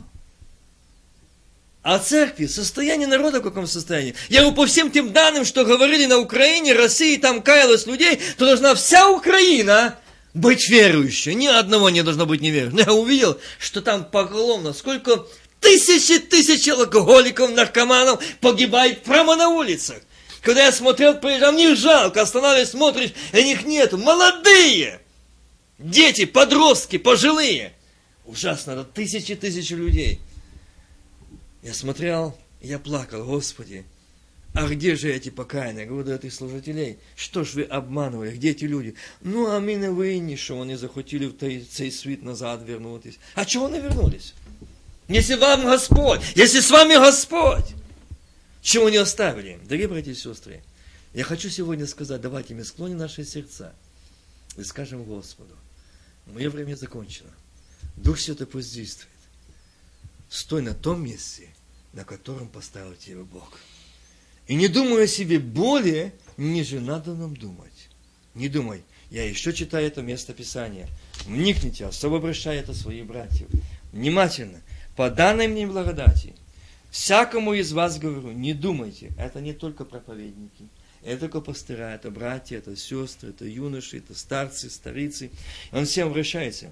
А церкви, состояние народа в каком состоянии? Я говорю, по всем тем данным, что говорили на Украине, России, там каялось людей, то должна вся Украина быть верующей. Ни одного не должно быть неверующим. Я увидел, что там поголовно, сколько тысячи тысяч алкоголиков, наркоманов погибает прямо на улицах. Когда я смотрел, приезжал, мне жалко, останавливаюсь, смотришь, и них нету. Молодые! Дети, подростки, пожилые. Ужасно, это тысячи тысячи людей. Я смотрел, я плакал, Господи, а где же эти покаяния? Я говорю, до этих служителей, что ж вы обманывали, где эти люди? Ну, а ми не винні, що вони захотіли в цей світ назад вернутися. А чего они вернулись? Если вам Господь, если с вами Господь, чего не оставили? Дорогие братья и сестры, я хочу сегодня сказать, давайте мы склоним наши сердца и скажем Господу, мое время закончено, Дух Святой пусть действует. Стой на том месте, на котором поставил тебя Бог. И не думай о себе более, ниже надо нам думать. Не думай, я еще читаю это место Писания. Вникните, особо обращай это своих братьев. Внимательно, по данной мне благодати, всякому из вас говорю, не думайте, это не только проповедники, это только пастыра, это братья, это сестры, это юноши, это старцы, старицы. Он всем обращается.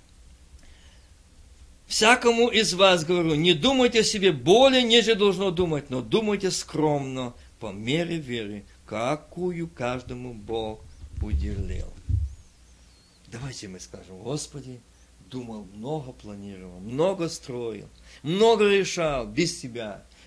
Всякому из вас говорю, не думайте о себе более, нежели должно думать, но думайте скромно, по мере веры, какую каждому Бог уделил. Давайте мы скажем, Господи, думал, много планировал, много строил, много решал без Тебя,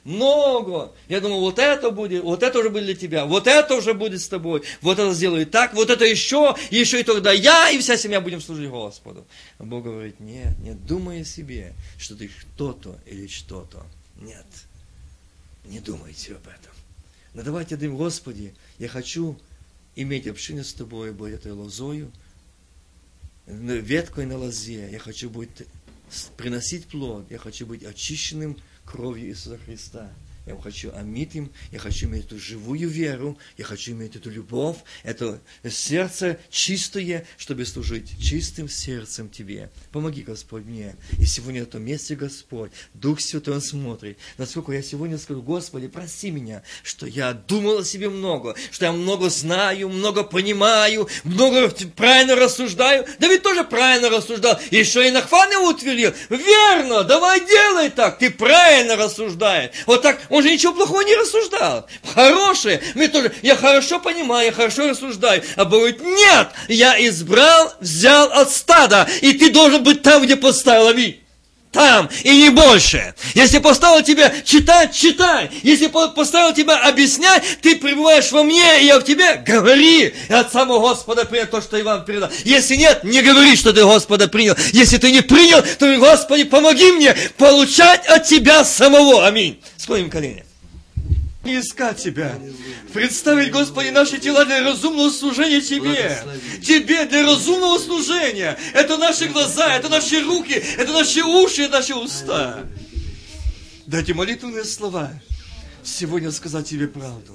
много. Я думал, вот это будет, вот это уже будет для тебя, вот это уже будет с тобой, вот это сделаю так, вот это еще, еще и тогда я и вся семья будем служить Господу. А Бог говорит, нет, не думай о себе, что ты кто-то или что-то. Нет, не думайте об этом. Но давайте думаем, Господи, я хочу иметь общину с Тобой, быть этой лозою, веткой на лозе. Я хочу быть, приносить плод. Я хочу быть очищенным кровью Иисуса Христа. Я хочу омить им, я хочу иметь эту живую веру, я хочу иметь эту любовь, это сердце чистое, чтобы служить чистым сердцем Тебе. Помоги, Господь, мне. И сегодня в этом месте, Господь, Дух Святой, Он смотрит. Насколько я сегодня скажу, Господи, прости меня, что я думал о себе много, что я много знаю, много понимаю, много правильно рассуждаю. Давид тоже правильно рассуждал, еще и Нахван его утвердил. Верно, давай делай так, ты правильно рассуждаешь. Вот так, он же ничего плохого не рассуждал. Хорошее. Мы тоже, я хорошо понимаю, я хорошо рассуждаю. А Бог говорит, нет, я избрал, взял от стада. И ты должен быть там, где поставил. Аминь. Там, и не больше. Если поставил тебя читать, читай. Если поставил тебя объяснять, ты пребываешь во мне, и я в тебе, говори. И от самого Господа принял то, что я вам передал. Если нет, не говори, что ты Господа принял. Если ты не принял, то, Господи, помоги мне получать от Тебя самого. Аминь. Склоним колени. И искать Тебя. Представить, Господи, наши тела для разумного служения Тебе. Тебе для разумного служения. Это наши глаза, это наши руки, это наши уши, это наши уста. Дайте молитвенные слова. Сегодня сказать Тебе правду.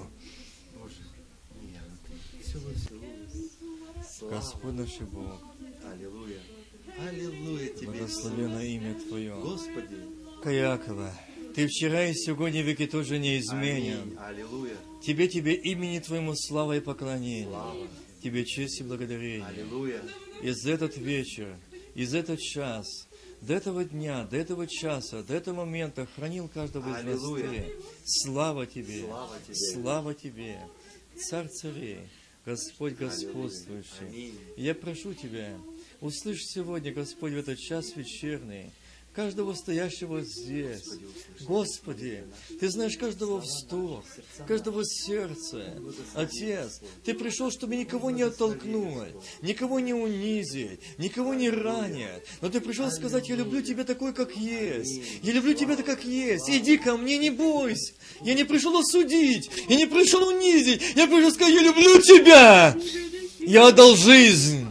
Господь наш Бог. Аллилуйя. Аллилуйя Тебе. Благословенно имя Твое. Господи. Каякова. Ты вчера и сегодня веки тоже неизменен. Аллилуйя. Тебе, Тебе, имени Твоему слава и поклонение. Слава. Тебе честь и благодарение. Аллилуйя. И за этот вечер, и за этот час, до этого дня, до этого часа, до этого момента хранил каждого из нас Ты. Слава Тебе, Слава Тебе. слава Тебе, Царь царей, Господь господствующий. Аминь. Я прошу Тебя, услышь сегодня, Господь, в этот час вечерний, каждого стоящего здесь. Господи, Ты знаешь каждого вздох, каждого сердца. Отец, Ты пришел, чтобы никого не оттолкнуть, никого не унизить, никого не ранить. Но Ты пришел сказать, я люблю Тебя такой, как есть. Я люблю Тебя так, как есть. Иди ко мне, не бойся. Я не пришел осудить, я не пришел унизить. Я пришел сказать, я люблю Тебя. Я отдал жизнь.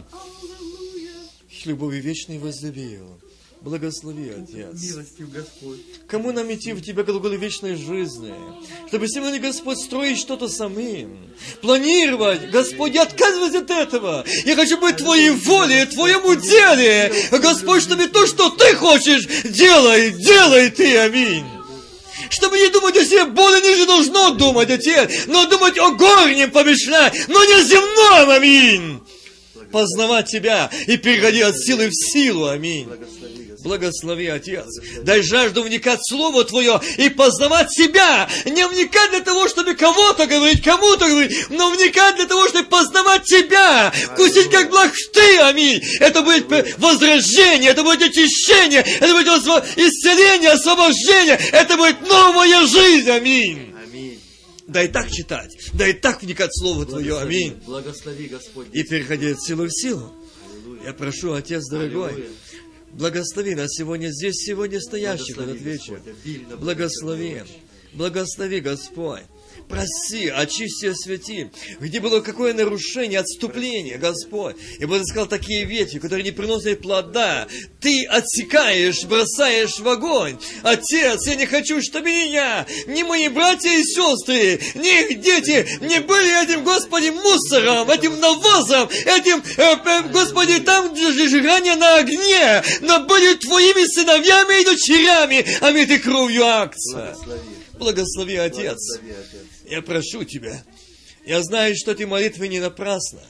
Любовью вечной возлюбил. Благослови, Отец. Милостив Господь. Кому нам идти в Тебя, глаголы вечной жизни? Чтобы сегодня, Господь, строить что-то самим. Планировать. Господь, я отказываюсь от этого. Я хочу быть Твоей волей, Твоему деле. Господь, чтобы то, что Ты хочешь, делай, делай Ты. Аминь. Чтобы не думать о себе, более ниже должно думать, Отец. Но думать о горнем помешай, но не земном. Аминь. Познавать Тебя и переходи от силы в силу. Аминь. Благослови, Отец. Дай жажду вникать в Слово Твое и познавать себя. Не вникать для того, чтобы кого-то говорить, кому-то говорить, но вникать для того, чтобы познавать Тебя. Вкусить, как благ Ты. Аминь. Это будет возрождение, это будет очищение, это будет исцеление, освобождение. Это будет новая жизнь. Аминь. Аминь. Дай так читать, дай так вникать в Слово Твое. Аминь. Благослови, Господь. И переходи от силы в силу. Аллилуйя. Я прошу, Отец дорогой, Аллилуйя. благослови нас сегодня здесь, сегодня стоящих в Благослови, этот вечер. Господь, обильно Благослови, благослови. благослови, Господь. Прости, очисти, освети. Где было какое нарушение, отступление, Господь. И Бог сказал, такие ветви, которые не приносят плода, Ты отсекаешь, бросаешь в огонь. Отец, я не хочу, чтобы ни я, ни мои братья и сестры, ни их дети не были этим, Господи, мусором, этим навозом, этим, э, э, Господи, там, где сжигание на огне, но были Твоими сыновьями и дочерями, омиты кровью акция. Благослови. Благослови, Отец. Благослови, Отец. Я прошу Тебя. Я знаю, что эти молитвы не напрасно.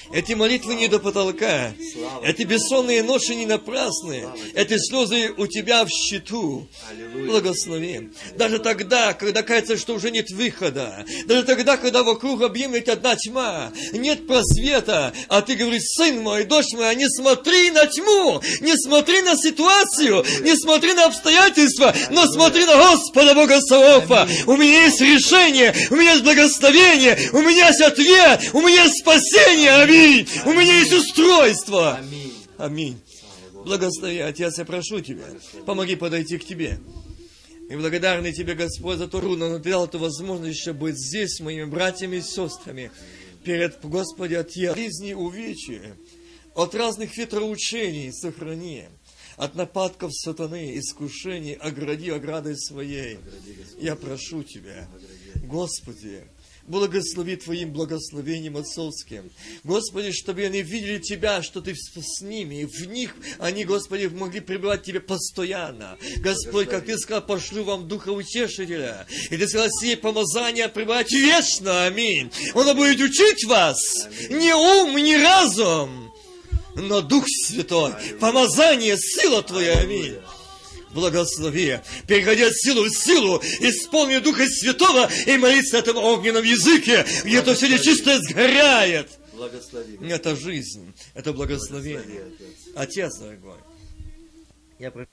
Эти молитвы не до потолка. Эти бессонные ночи не напрасны. Эти слезы у тебя в счету. Благослови. Даже тогда, когда кажется, что уже нет выхода. Даже тогда, когда вокруг объемлет одна тьма. Нет просвета. А ты говоришь: сын мой, дочь моя, не смотри на тьму. Не смотри на ситуацию. Не смотри на обстоятельства. Но смотри на Господа Бога Саваофа. У меня есть решение. У меня есть благословение. У меня есть ответ. У меня есть спасение. Аминь. У меня есть устройство. Аминь. Аминь. Благослови, Отец, я прошу Тебя, помоги подойти к Тебе. И благодарный Тебе, Господь, за то, что Ты дал эту возможность еще быть здесь с моими братьями и сестрами перед, Господи, Отец. Жизни увечья, от разных ветроучений сохрани, от нападков сатаны, искушений огради оградой своей. Я прошу Тебя, Господи, благослови Твоим благословением отцовским. Господи, чтобы они видели Тебя, что Ты с ними, и в них они, Господи, могли пребывать Тебе постоянно. Господь, как Ты сказал, пошлю вам Духа Утешителя. И Ты сказал, сие помазание пребывать вечно. Аминь. Он будет учить вас. Не ум, не разум, но Дух Святой. Помазание, сила Твоя. Аминь. Благослови, переходи от силы в силу, исполни Духа Святого и молись на этом огненном языке, где то все нечистое сгорает. Благослови. Это жизнь, это благословение. Благослови, Отец. Отец дорогой, я прошу.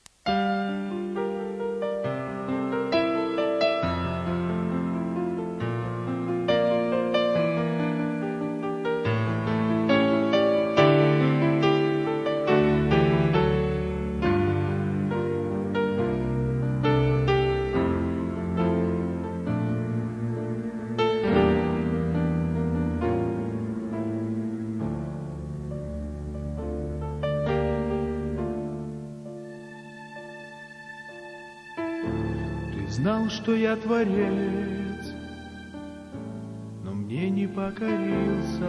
Знал, что я творец, но мне не покорился.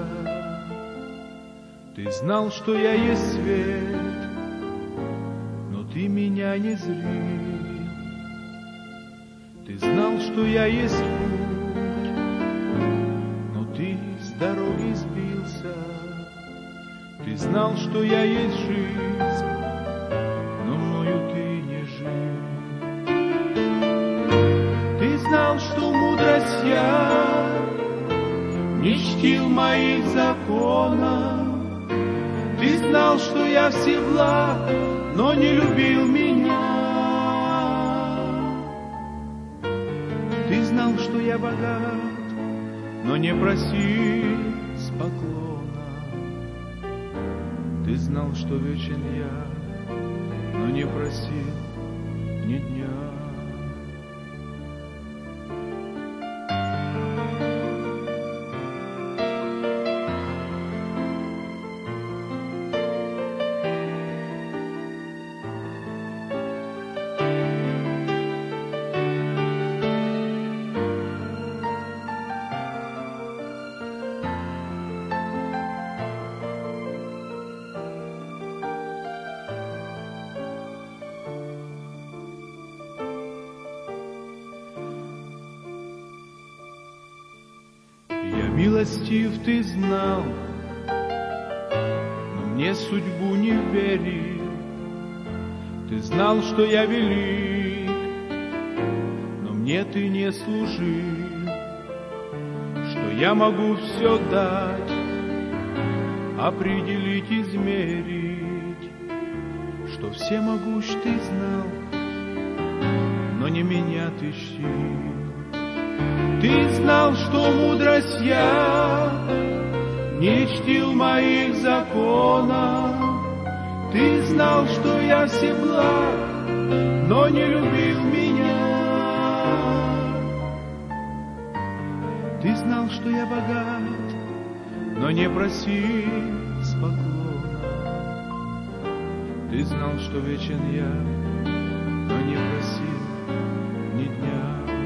Ты знал, что я есть свет, но ты меня не зрил. Ты знал, что я есть путь, но ты с дороги сбился. Ты знал, что я есть жизнь, но мною ты не жил. Ты знал, что мудрость я не чтил моих законов. Ты знал, что я всеблаг, но не любил меня. Ты знал, что я богат, но не просил с поклона. Ты знал, что вечен я, но не просил ни дня. Милостив ты знал, но мне судьбу не верил. Ты знал, что я велик, но мне ты не служил. Что я могу все дать, определить, измерить. Что всемогущ ты знал, но не меня ты чтил. Ты знал, что мудрость я не чтил моих законов. Ты знал, что я всеблаг, но не любил меня. Ты знал, что я богат, но не просил с поклона. Ты знал, что вечен я, но не просил ни дня.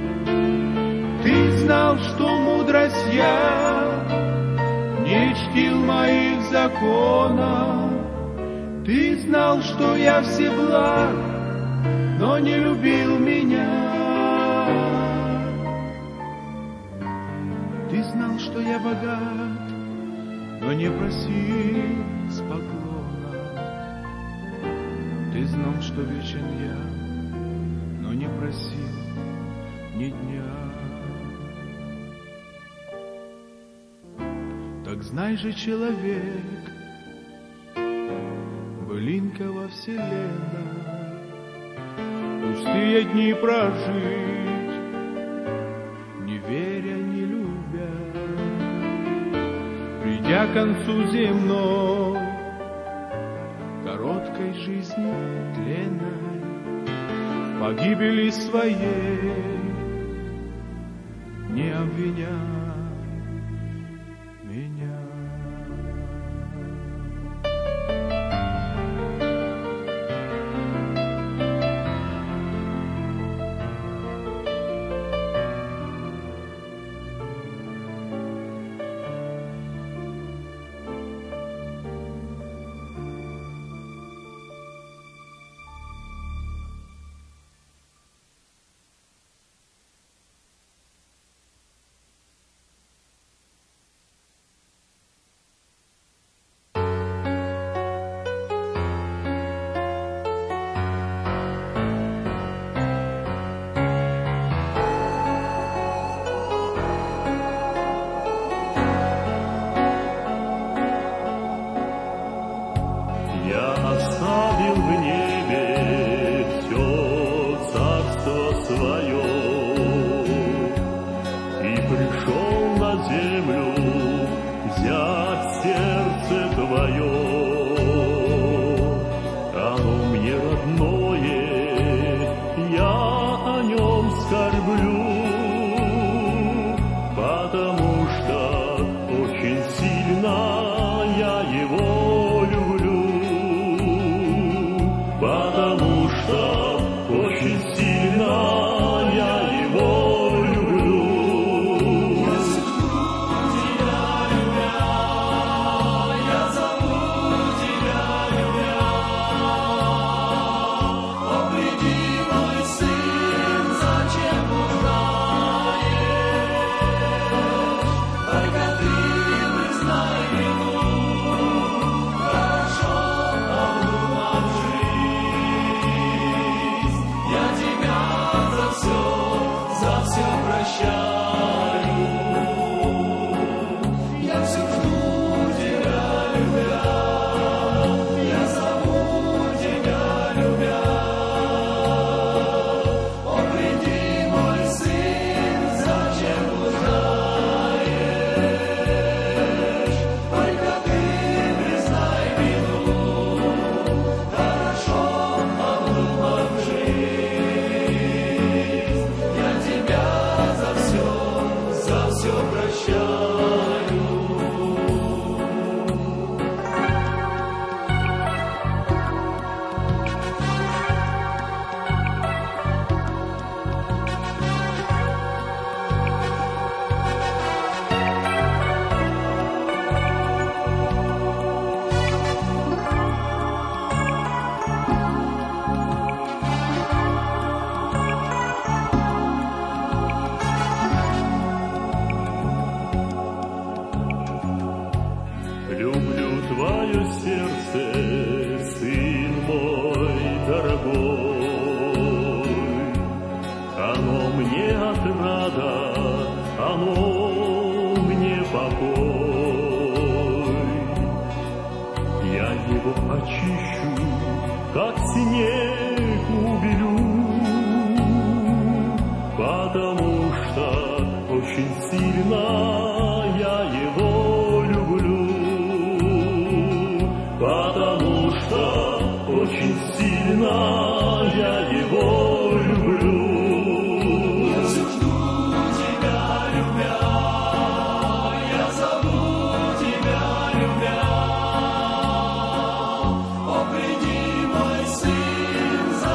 Ты знал, что мудрость я не чтил моих законов. Ты знал, что я всеблаг, но не любил меня. Ты знал, что я богат, но но не проси с поклона. Ты знал, что вечен я, но не просил ни дня. Так знай же, человек, былинка во вселенной, пустые дни прожить, не веря, не любя, придя к концу земной, короткой жизни тленной, в погибели своей не обвиняй меня.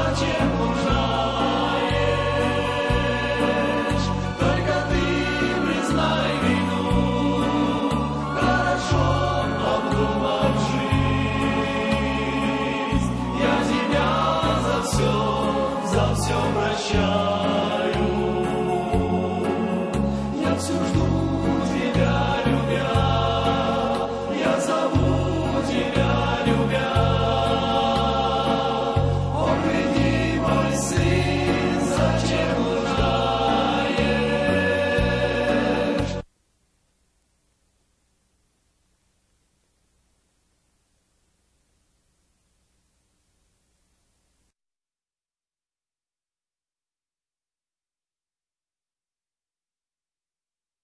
Только ты любя